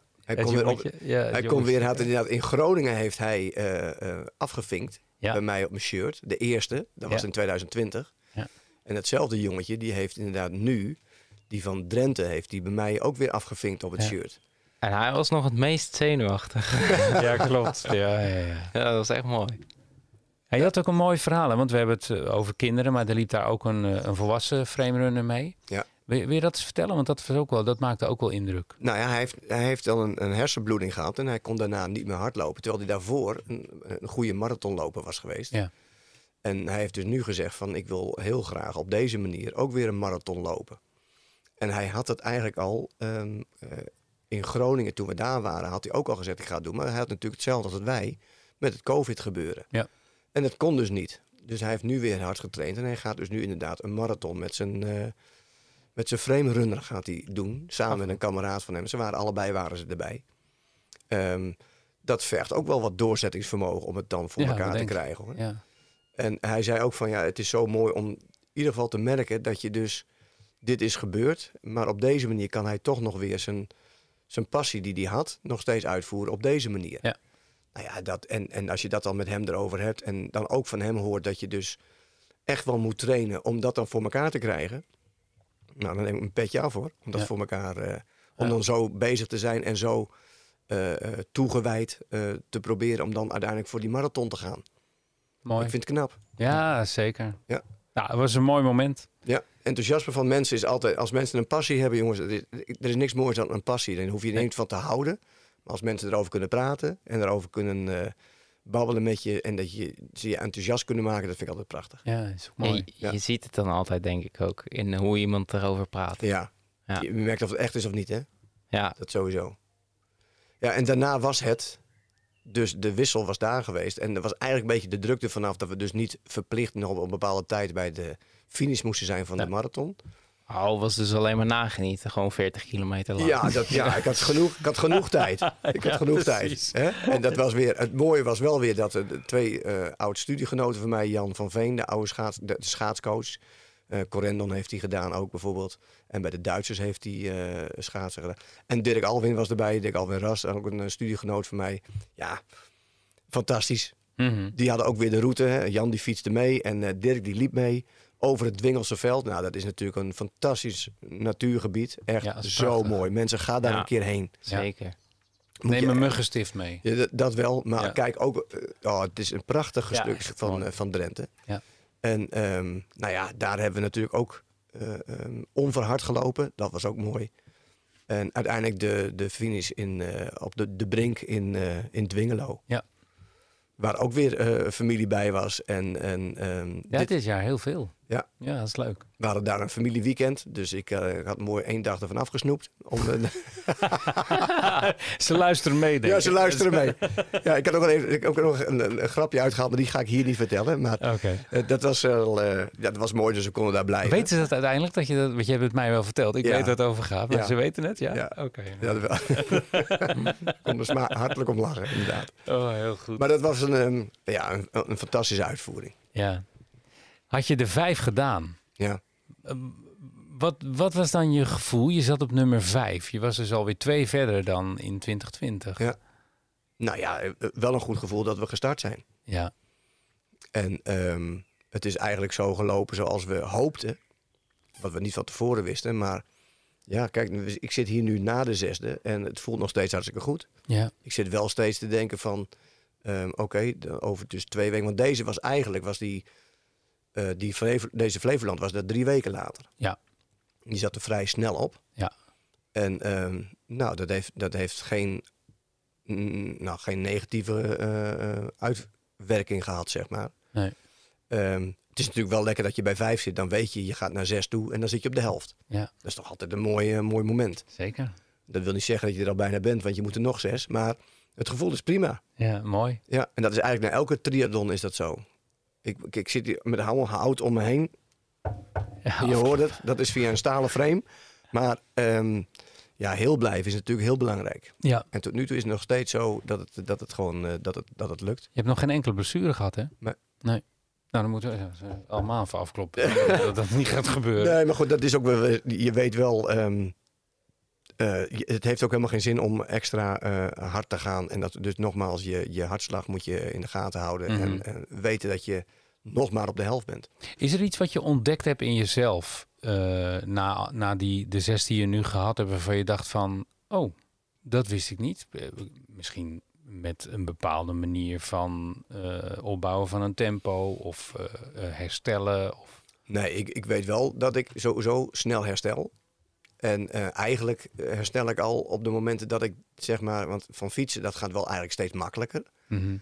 D: Hij kon weer, had inderdaad, in Groningen heeft hij afgevinkt bij mij op mijn shirt. De eerste, dat was in 2020. Ja. En hetzelfde jongetje, die heeft inderdaad nu, die van Drenthe, heeft die bij mij ook weer afgevinkt op het shirt.
C: En hij was nog het meest zenuwachtig.
B: Ja, klopt. Ja,
C: dat was echt mooi.
B: En je had ook een mooi verhaal, hè? Want we hebben het over kinderen, maar er liep daar ook een volwassen framerunner mee. Ja. Wil je dat eens vertellen? Want dat maakte ook wel indruk.
D: Nou ja, hij heeft al een hersenbloeding gehad en hij kon daarna niet meer hardlopen. Terwijl hij daarvoor een goede marathonloper was geweest. Ja. En hij heeft dus nu gezegd van ik wil heel graag op deze manier ook weer een marathon lopen. En hij had het eigenlijk al in Groningen, toen we daar waren, had hij ook al gezegd ik ga het doen. Maar hij had natuurlijk hetzelfde als wij met het COVID gebeuren. Ja. En dat kon dus niet. Dus hij heeft nu weer hard getraind en hij gaat dus nu inderdaad een marathon met zijn frame runner gaat hij doen. Samen met een kameraad van hem. Allebei waren ze erbij. Dat vergt ook wel wat doorzettingsvermogen om het dan voor elkaar te krijgen. Hoor. Ja. En hij zei ook van het is zo mooi om in ieder geval te merken dat je dus dit is gebeurd. Maar op deze manier kan hij toch nog weer zijn passie die hij had nog steeds uitvoeren op deze manier. Ja. Nou ja, en als je dat dan met hem erover hebt en dan ook van hem hoort dat je dus echt wel moet trainen om dat dan voor elkaar te krijgen. Nou, dan neem ik een petje af hoor. Om dat voor elkaar, om dan zo bezig te zijn en zo toegewijd te proberen om dan uiteindelijk voor die marathon te gaan.
B: Mooi.
D: Ik vind het knap.
B: Ja, zeker. Ja. Nou, het was een mooi moment.
D: Ja, enthousiasme van mensen is altijd, als mensen een passie hebben, jongens, er is niks moois dan een passie. Dan hoef je er niet van te houden. Maar als mensen erover kunnen praten en erover kunnen babbelen met je en dat ze je enthousiast kunnen maken, dat vind ik altijd prachtig.
B: Ja, is ook mooi.
C: Je ziet het dan altijd, denk ik ook, in hoe iemand erover praat.
D: Ja. Je merkt of het echt is of niet, hè?
C: Ja.
D: Dat sowieso. Ja, en daarna was het, dus de wissel was daar geweest. En er was eigenlijk een beetje de drukte vanaf dat we dus niet verplicht nog op een bepaalde tijd bij de finish moesten zijn van de marathon.
C: Was dus alleen maar nagenieten, gewoon 40 kilometer lang.
D: Ja, ik had genoeg tijd. Ik had genoeg tijd. Hè? En dat was weer, het mooie was wel weer dat de twee oud-studiegenoten van mij, Jan van Veen, de oude schaatscoach. Corendon heeft hij gedaan ook bijvoorbeeld. En bij de Duitsers heeft hij schaatsen gedaan. En Dirk Alwin was erbij. Dirk Alwin Ras, ook een studiegenoot van mij. Ja, fantastisch. Mm-hmm. Die hadden ook weer de route. Hè? Jan die fietste mee en Dirk die liep mee. Over het Dwingelse veld. Nou, dat is natuurlijk een fantastisch natuurgebied. Echt zo mooi. Mensen, gaan daar een keer heen.
C: Zeker.
B: Neem een muggenstift mee.
D: Ja, dat wel. Maar kijk ook... het is een prachtig stuk van Drenthe. Ja. En daar hebben we natuurlijk ook onverhard gelopen. Dat was ook mooi. En uiteindelijk de finish op de Brink in Dwingelo. Ja. Waar ook weer familie bij was.
B: Dit jaar heel veel.
D: Ja,
B: dat is leuk.
D: We hadden daar een familieweekend. Dus ik had mooi 1 dag ervan afgesnoept.
B: Ze luisteren mee, denk ik.
D: Ja, ze luisteren mee. Ja, ik had ook nog een grapje uitgehaald, maar die ga ik hier niet vertellen. Maar dat was mooi, dus we konden daar blijven.
B: Weten ze dat uiteindelijk? Want je hebt het mij wel verteld. Ik weet dat het over gaat, maar ze weten het, ja?
D: Ja.
B: Oké.
D: Ja, dat wel. Ik kon er hartelijk om lachen, inderdaad.
B: Oh, heel goed.
D: Maar dat was een fantastische uitvoering.
B: Ja. Had je de 5 gedaan?
D: Ja.
B: Wat was dan je gevoel? Je zat op nummer 5. Je was dus alweer 2 verder dan in 2020.
D: Ja. Nou ja, wel een goed gevoel dat we gestart zijn.
B: Ja.
D: En het is eigenlijk zo gelopen zoals we hoopten. Wat we niet van tevoren wisten. Maar ja, kijk, ik zit hier nu na de 6e en het voelt nog steeds hartstikke goed. Ja. Ik zit wel steeds te denken van... over dus 2 weken. Want deze was deze Flevoland was dat 3 weken later. Ja. Die zat er vrij snel op. Ja. En dat heeft geen negatieve uitwerking gehad, zeg maar. Nee. Het is natuurlijk wel lekker dat je bij 5 zit. Dan weet je gaat naar 6 toe en dan zit je op de helft. Ja. Dat is toch altijd een mooi moment.
B: Zeker.
D: Dat wil niet zeggen dat je er al bijna bent, want je moet er nog 6. Maar het gevoel is prima.
B: Ja, mooi.
D: Ja, en dat is eigenlijk na elke triathlon is dat zo. Ik zit hier met hout om me heen.
B: Ja,
D: Je hoort het, dat is via een stalen frame. Maar heel blijven is natuurlijk heel belangrijk.
B: Ja.
D: En tot nu toe is het nog steeds zo dat het gewoon dat het lukt.
B: Je hebt nog geen enkele blessure gehad, hè?
D: Nee.
B: Nou, dan moeten we allemaal even afkloppen. dat dat niet gaat gebeuren.
D: Nee, maar goed, dat is ook wel. Je weet wel. Het heeft ook helemaal geen zin om extra hard te gaan. En dat dus nogmaals, je hartslag moet je in de gaten houden.
B: Mhm.
D: En weten dat je nog maar op de helft bent.
B: Is er iets wat je ontdekt hebt in jezelf na de 6 die je nu gehad hebt, waarvan je dacht van, oh, dat wist ik niet. Misschien met een bepaalde manier van opbouwen van een tempo of herstellen? Of...
D: Nee, ik weet wel dat ik sowieso snel herstel. En eigenlijk herstel ik al op de momenten dat ik, zeg maar, want van fietsen, dat gaat wel eigenlijk steeds makkelijker.
B: Mhm.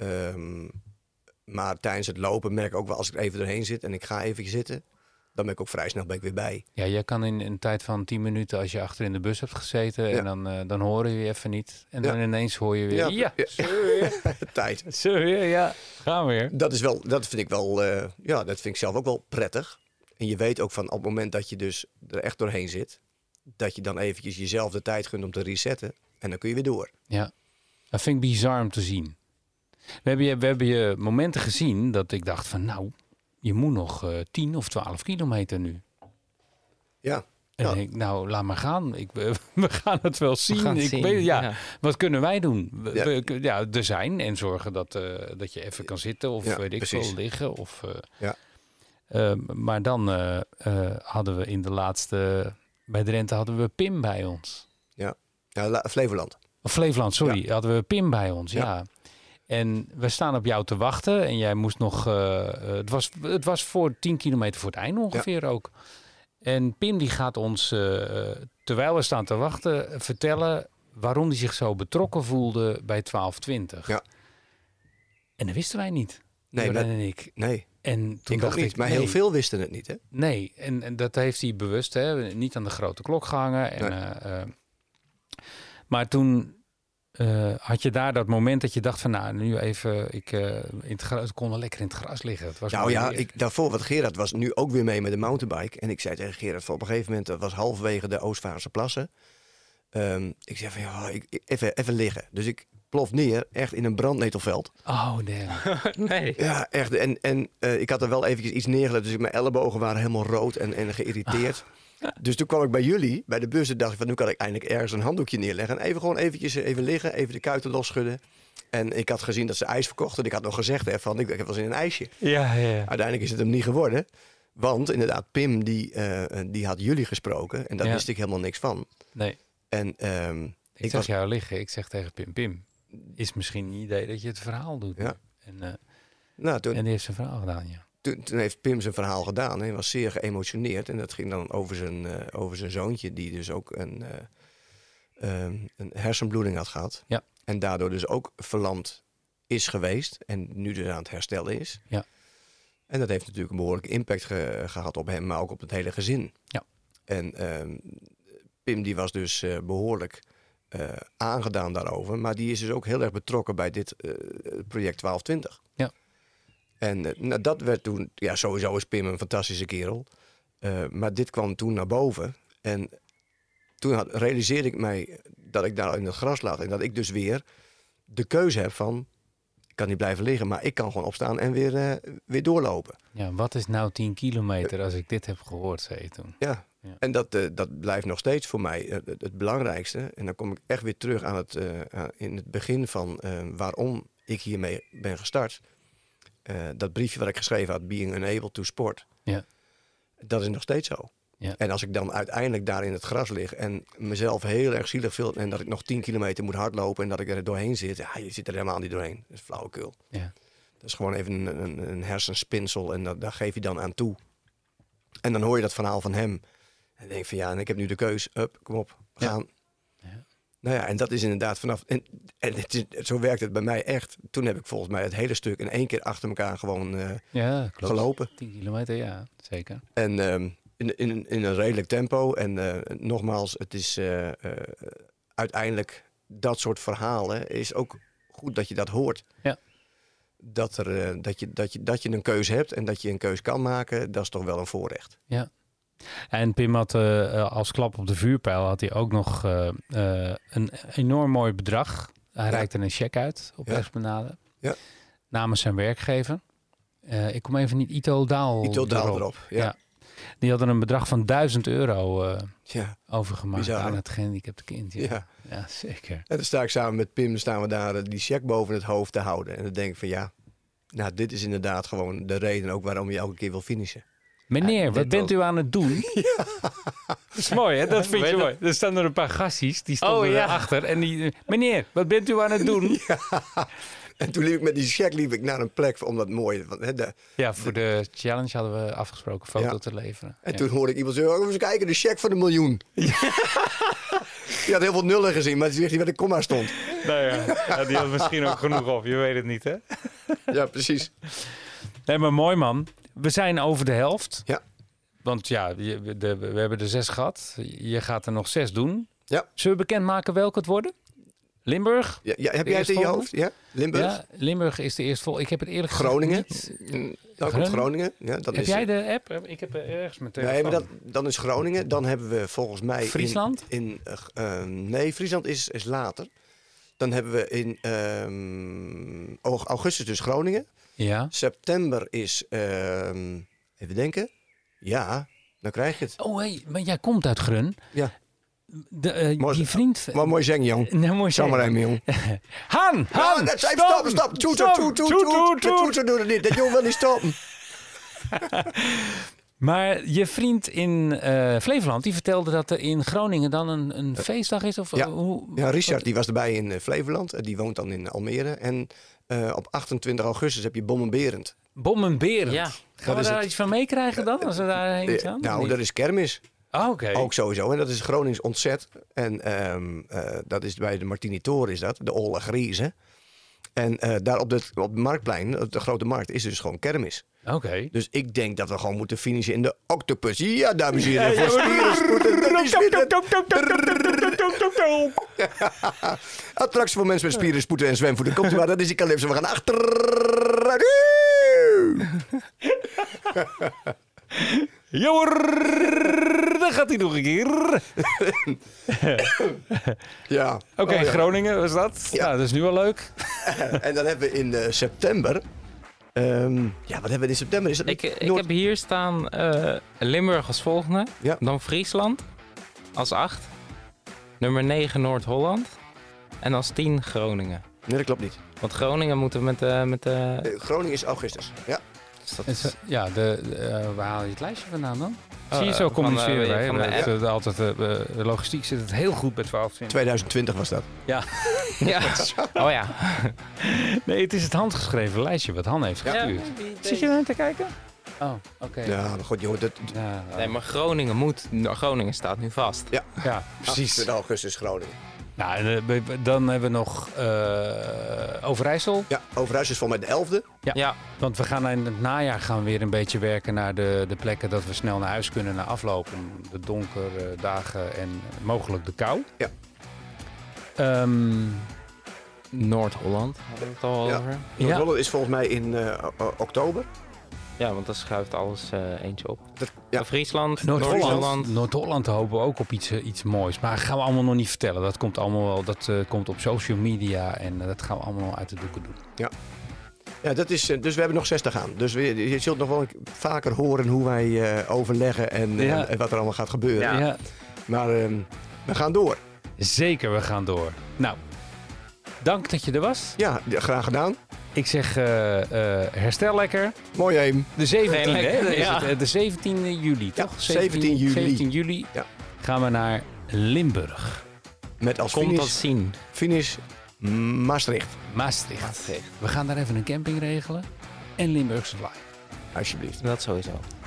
D: Maar tijdens het lopen merk ik ook wel, als ik er even doorheen zit en ik ga even zitten, dan ben ik ook vrij snel weer bij.
B: Ja, jij kan in een tijd van 10 minuten, als je achter in de bus hebt gezeten,
D: Ja.
B: en dan horen je even niet. En
D: Ja.
B: dan ineens hoor je weer, ja,
D: Tijd.
B: zo weer, ja, gaan we weer.
D: Dat vind ik wel, dat vind ik zelf ook wel prettig. En je weet ook van op het moment dat je dus er echt doorheen zit, dat je dan eventjes jezelf de tijd gunt om te resetten. En dan kun je weer door.
B: Ja, dat vind ik bizar om te zien. We hebben je momenten gezien dat ik dacht van, nou, je moet nog 10 of 12 kilometer nu.
D: Ja.
B: En
D: Ja.
B: ik denk, nou, laat maar gaan. We gaan het wel zien.
C: gaan het
B: Ik
C: zien,
B: weet,
C: ja.
B: Wat kunnen wij doen?
D: Ja.
B: Er zijn en zorgen dat je even kan zitten of
D: Ja,
B: weet ik
D: precies.
B: veel liggen. Of,
D: Ja.
B: maar dan hadden we in de laatste, bij Drenthe hadden we Pim bij ons.
D: Flevoland.
B: Of Flevoland, sorry. Hadden we Pim bij ons, ja. En we staan op jou te wachten en jij moest nog... het was voor 10 kilometer voor het einde ongeveer ook. En Pim die gaat ons, terwijl we staan te wachten, vertellen waarom hij zich zo betrokken voelde bij 12:20.
D: Ja.
B: En dat wisten wij niet.
D: Nee,
B: Jordan
D: maar-
B: en ik.
D: Nee,
B: En toen
D: ik ook
B: dacht
D: niet.
B: ik,
D: Maar
B: nee,
D: heel veel wisten het niet, hè?
B: Nee, en dat heeft hij bewust, hè, niet aan de grote klok gehangen. En, maar toen had je daar dat moment dat je dacht van, nou, nu even, ik kon wel lekker in het gras liggen. Het was
D: Nou
B: mooi
D: ja,
B: weer.
D: daarvoor, want Gerard was nu ook weer mee met de mountainbike. En ik zei tegen Gerard, van op een gegeven moment, dat was halverwege de Oostvaarse plassen. Ik zei van, ja, even liggen. Dus ik plof neer, echt in een brandnetelveld.
B: Oh, damn.
C: Nee.
D: Ja, echt. En ik had er wel eventjes iets neergelegd. Dus mijn ellebogen waren helemaal rood en geïrriteerd. Dus toen kwam ik bij jullie, bij de bus. En dacht ik van, nu kan ik eindelijk ergens een handdoekje neerleggen. En even liggen, even de kuiten losschudden. En ik had gezien dat ze ijs verkochten. Ik had nog gezegd, hè, van, ik heb wel eens in een ijsje.
B: Ja.
D: Uiteindelijk is het hem niet geworden. Want inderdaad, Pim, die had jullie gesproken. En daar
B: Ja.
D: wist ik helemaal niks van.
B: Nee,
D: En
B: ik zag jou liggen. Ik zeg tegen Pim, is misschien een idee dat je het verhaal doet.
D: Ja.
B: En die heeft zijn verhaal gedaan, ja.
D: Toen heeft Pim zijn verhaal gedaan. Hij was zeer geëmotioneerd. En dat ging dan over zijn zoontje, die dus ook een hersenbloeding had gehad.
B: Ja.
D: En daardoor dus ook verlamd is geweest. En nu dus aan het herstellen is.
B: Ja.
D: En dat heeft natuurlijk een behoorlijke impact gehad op hem, maar ook op het hele gezin.
B: Ja.
D: En Pim die was dus behoorlijk aangedaan daarover. Maar die is dus ook heel erg betrokken bij dit project 1220.
B: Ja.
D: En dat werd toen... Ja, sowieso is Pim een fantastische kerel. Maar dit kwam toen naar boven. En toen realiseerde ik mij dat ik daar in het gras lag. En dat ik dus weer de keuze heb van... Ik kan niet blijven liggen, maar ik kan gewoon opstaan en weer doorlopen.
B: Ja, wat is nou 10 kilometer als ik dit heb gehoord, zei je toen.
D: Ja,
B: Ja.
D: en dat blijft nog steeds voor mij het belangrijkste. En dan kom ik echt weer terug aan in het begin van waarom ik hiermee ben gestart. Dat briefje wat ik geschreven had, Being Unable to Sport.
B: Ja.
D: Dat is nog steeds zo.
B: Ja.
D: En als ik dan uiteindelijk daar in het gras lig en mezelf heel erg zielig vind... en dat ik nog 10 kilometer moet hardlopen en dat ik er doorheen zit... Ja, je zit er helemaal niet doorheen. Dat is flauwekul.
B: Ja.
D: Dat is gewoon even een hersenspinsel en daar geef je dan aan toe. En dan hoor je dat verhaal van hem. En denk van ja, en ik heb nu de keus. Up, kom op, gaan.
B: Ja.
D: Nou ja, en dat is inderdaad vanaf... En zo werkt het bij mij echt. Toen heb ik volgens mij het hele stuk in één keer achter elkaar gewoon
B: Ja, klopt.
D: gelopen.
B: 10 kilometer, ja, zeker.
D: En in een redelijk tempo. En nogmaals, het is uiteindelijk dat soort verhalen is ook goed dat je dat hoort.
B: Ja.
D: Dat je een keuze hebt en dat je een keuze kan maken, dat is toch wel een voorrecht.
B: Ja. En Pim had als klap op de vuurpijl had hij ook nog een enorm mooi bedrag. Hij reikte een cheque uit op Esplanade.
D: Ja.
B: Namens zijn werkgever. Ik kom even niet, Ito Daal
D: erop. Ja.
B: Die hadden een bedrag van €1000
D: Ja.
B: overgemaakt
D: Bizar,
B: aan
D: hè?
B: het gehandicapte kind. Ja.
D: Ja.
B: Ja, zeker.
D: En dan sta ik samen met Pim, staan we daar die cheque boven het hoofd te houden. En dan denk ik van ja, nou dit is inderdaad gewoon de reden ook waarom je elke keer wil finishen.
B: Meneer, wat bent u aan het doen? Dat is mooi, hè? Dat vind je mooi. Er staan er een paar gasties, die stonden erachter. En die, meneer, wat bent u aan het doen?
D: En toen liep ik met die cheque naar een plek om dat mooie...
B: Voor de challenge hadden we afgesproken foto te leveren.
D: En toen hoorde ik iemand zeggen, eens kijken, de cheque van $1 miljoen. Die had heel veel nullen gezien, maar die zegt niet waar de komma stond.
B: Nou ja, die had misschien ook genoeg op. Je weet het niet, hè?
D: Ja, precies.
B: Nee, maar mooi, man. We zijn over de helft.
D: Ja.
B: Want ja, we hebben er 6 gehad. Je gaat er nog 6 doen.
D: Ja.
B: Zullen we bekendmaken welke het worden? Limburg?
D: Ja, heb jij het in je hoofd? Ja, Limburg?
B: Ja, Limburg is de eerste. Ik heb het eerlijk
D: Groningen?
B: gezegd
D: niet. Dan komt Groningen. Ja, dat
B: heb
D: is,
B: jij de app? Ik heb ergens mijn telefoon.
D: Nee, maar dan is Groningen. Dan hebben we volgens mij...
B: Friesland?
D: Nee, Friesland is later. Dan hebben we in augustus dus Groningen.
B: Ja.
D: September is... even denken. Ja, dan krijg je het.
B: Oh, hé, maar jij komt uit Grun.
D: Ja.
B: Die vriend...
D: Maar mooi zeggen, jong.
B: Nee, mooi
D: Zal maar
B: zeggen.
D: even, jong.
B: Han!
D: Stop! Toeter doe het niet. Dat jongen wil niet stoppen.
B: Maar je vriend in Flevoland, die vertelde dat er in Groningen dan een feestdag is? Of,
D: Ja, Richard die was erbij in Flevoland. Die woont dan in Almere. En op 28 augustus heb je Bommenberend.
B: Bommenberend?
C: Ja.
B: Gaan we daar iets van meekrijgen dan, als we daarheen gaan?
D: Nou, dat is kermis.
B: Oké.
D: Ook sowieso. En dat is Gronings ontzet. En dat is bij de Martini Toren is dat. De Olle Griezen. En daar op het Marktplein, op de Grote Markt, is dus gewoon kermis.
B: Oké.
D: Dus ik denk dat we gewoon moeten finishen in de Octopus. Ja, dames en heren. Voor spierenspoeten. Attractie voor mensen met spierenspoeten en zwemvoeten. Komt u maar, dat is die Calypso. We gaan achteruit.
B: Joer, dan gaat hij nog een keer.
D: Ja.
B: Oké, Groningen was dat. Ja, dat is nu al leuk.
D: En dan hebben we in september... wat hebben we in september? Is dat
C: Ik heb hier staan Limburg als volgende.
D: Ja.
C: Dan Friesland als 8. Nummer 9 Noord-Holland. En als 10 Groningen.
D: Nee, dat klopt niet.
C: Want Groningen moeten met de...
D: Groningen is augustus. Ja.
C: Dus dat is,
B: Waar haal je het lijstje vandaan dan? Zie je zo communiceren wij.
C: van de app.
B: De logistiek zit het heel goed bij 1220.
D: 2020 was dat.
B: Ja.
C: ja. Oh ja.
B: Nee, het is het handgeschreven lijstje wat Han heeft gestuurd. Zit je naar te kijken? Oh, oké.
D: Ja, maar goed jongen.
C: Nee, maar Groningen staat nu vast.
B: Ja, precies.
D: 28 augustus Groningen.
B: Nou, dan hebben we nog Overijssel.
D: Ja, Overijssel is volgens mij de 11e.
C: Ja.
B: Want we gaan in het najaar weer een beetje werken naar de plekken dat we snel naar huis kunnen na aflopen. De donkere dagen en mogelijk de kou.
D: Ja.
C: Noord-Holland hadden we het al over.
D: Noord-Holland is volgens mij in oktober.
C: Ja, want dan schuift alles eentje op.
D: Ja.
C: Friesland,
B: Noord-Holland hopen we ook op iets moois. Maar dat gaan we allemaal nog niet vertellen. Dat komt allemaal wel. Dat komt op social media en dat gaan we allemaal uit de doeken doen.
D: Ja, dat is, dus we hebben nog 6 te gaan. Dus je zult nog wel vaker horen hoe wij overleggen en wat er allemaal gaat gebeuren.
B: Ja.
D: Maar we gaan door.
B: Zeker, we gaan door. Nou, dank dat je er was.
D: Ja, graag gedaan.
B: Ik zeg herstel lekker.
D: Mooi Heem.
B: De 17e, hè? Ja. De 17 juli, toch?
D: Ja, 17 juli.
B: 17 juli gaan we naar Limburg.
D: Met als
C: Komt dat zien.
D: Finish Maastricht.
B: Maastricht. We gaan daar even een camping regelen. En Limburgse live.
D: Alsjeblieft.
C: Dat sowieso.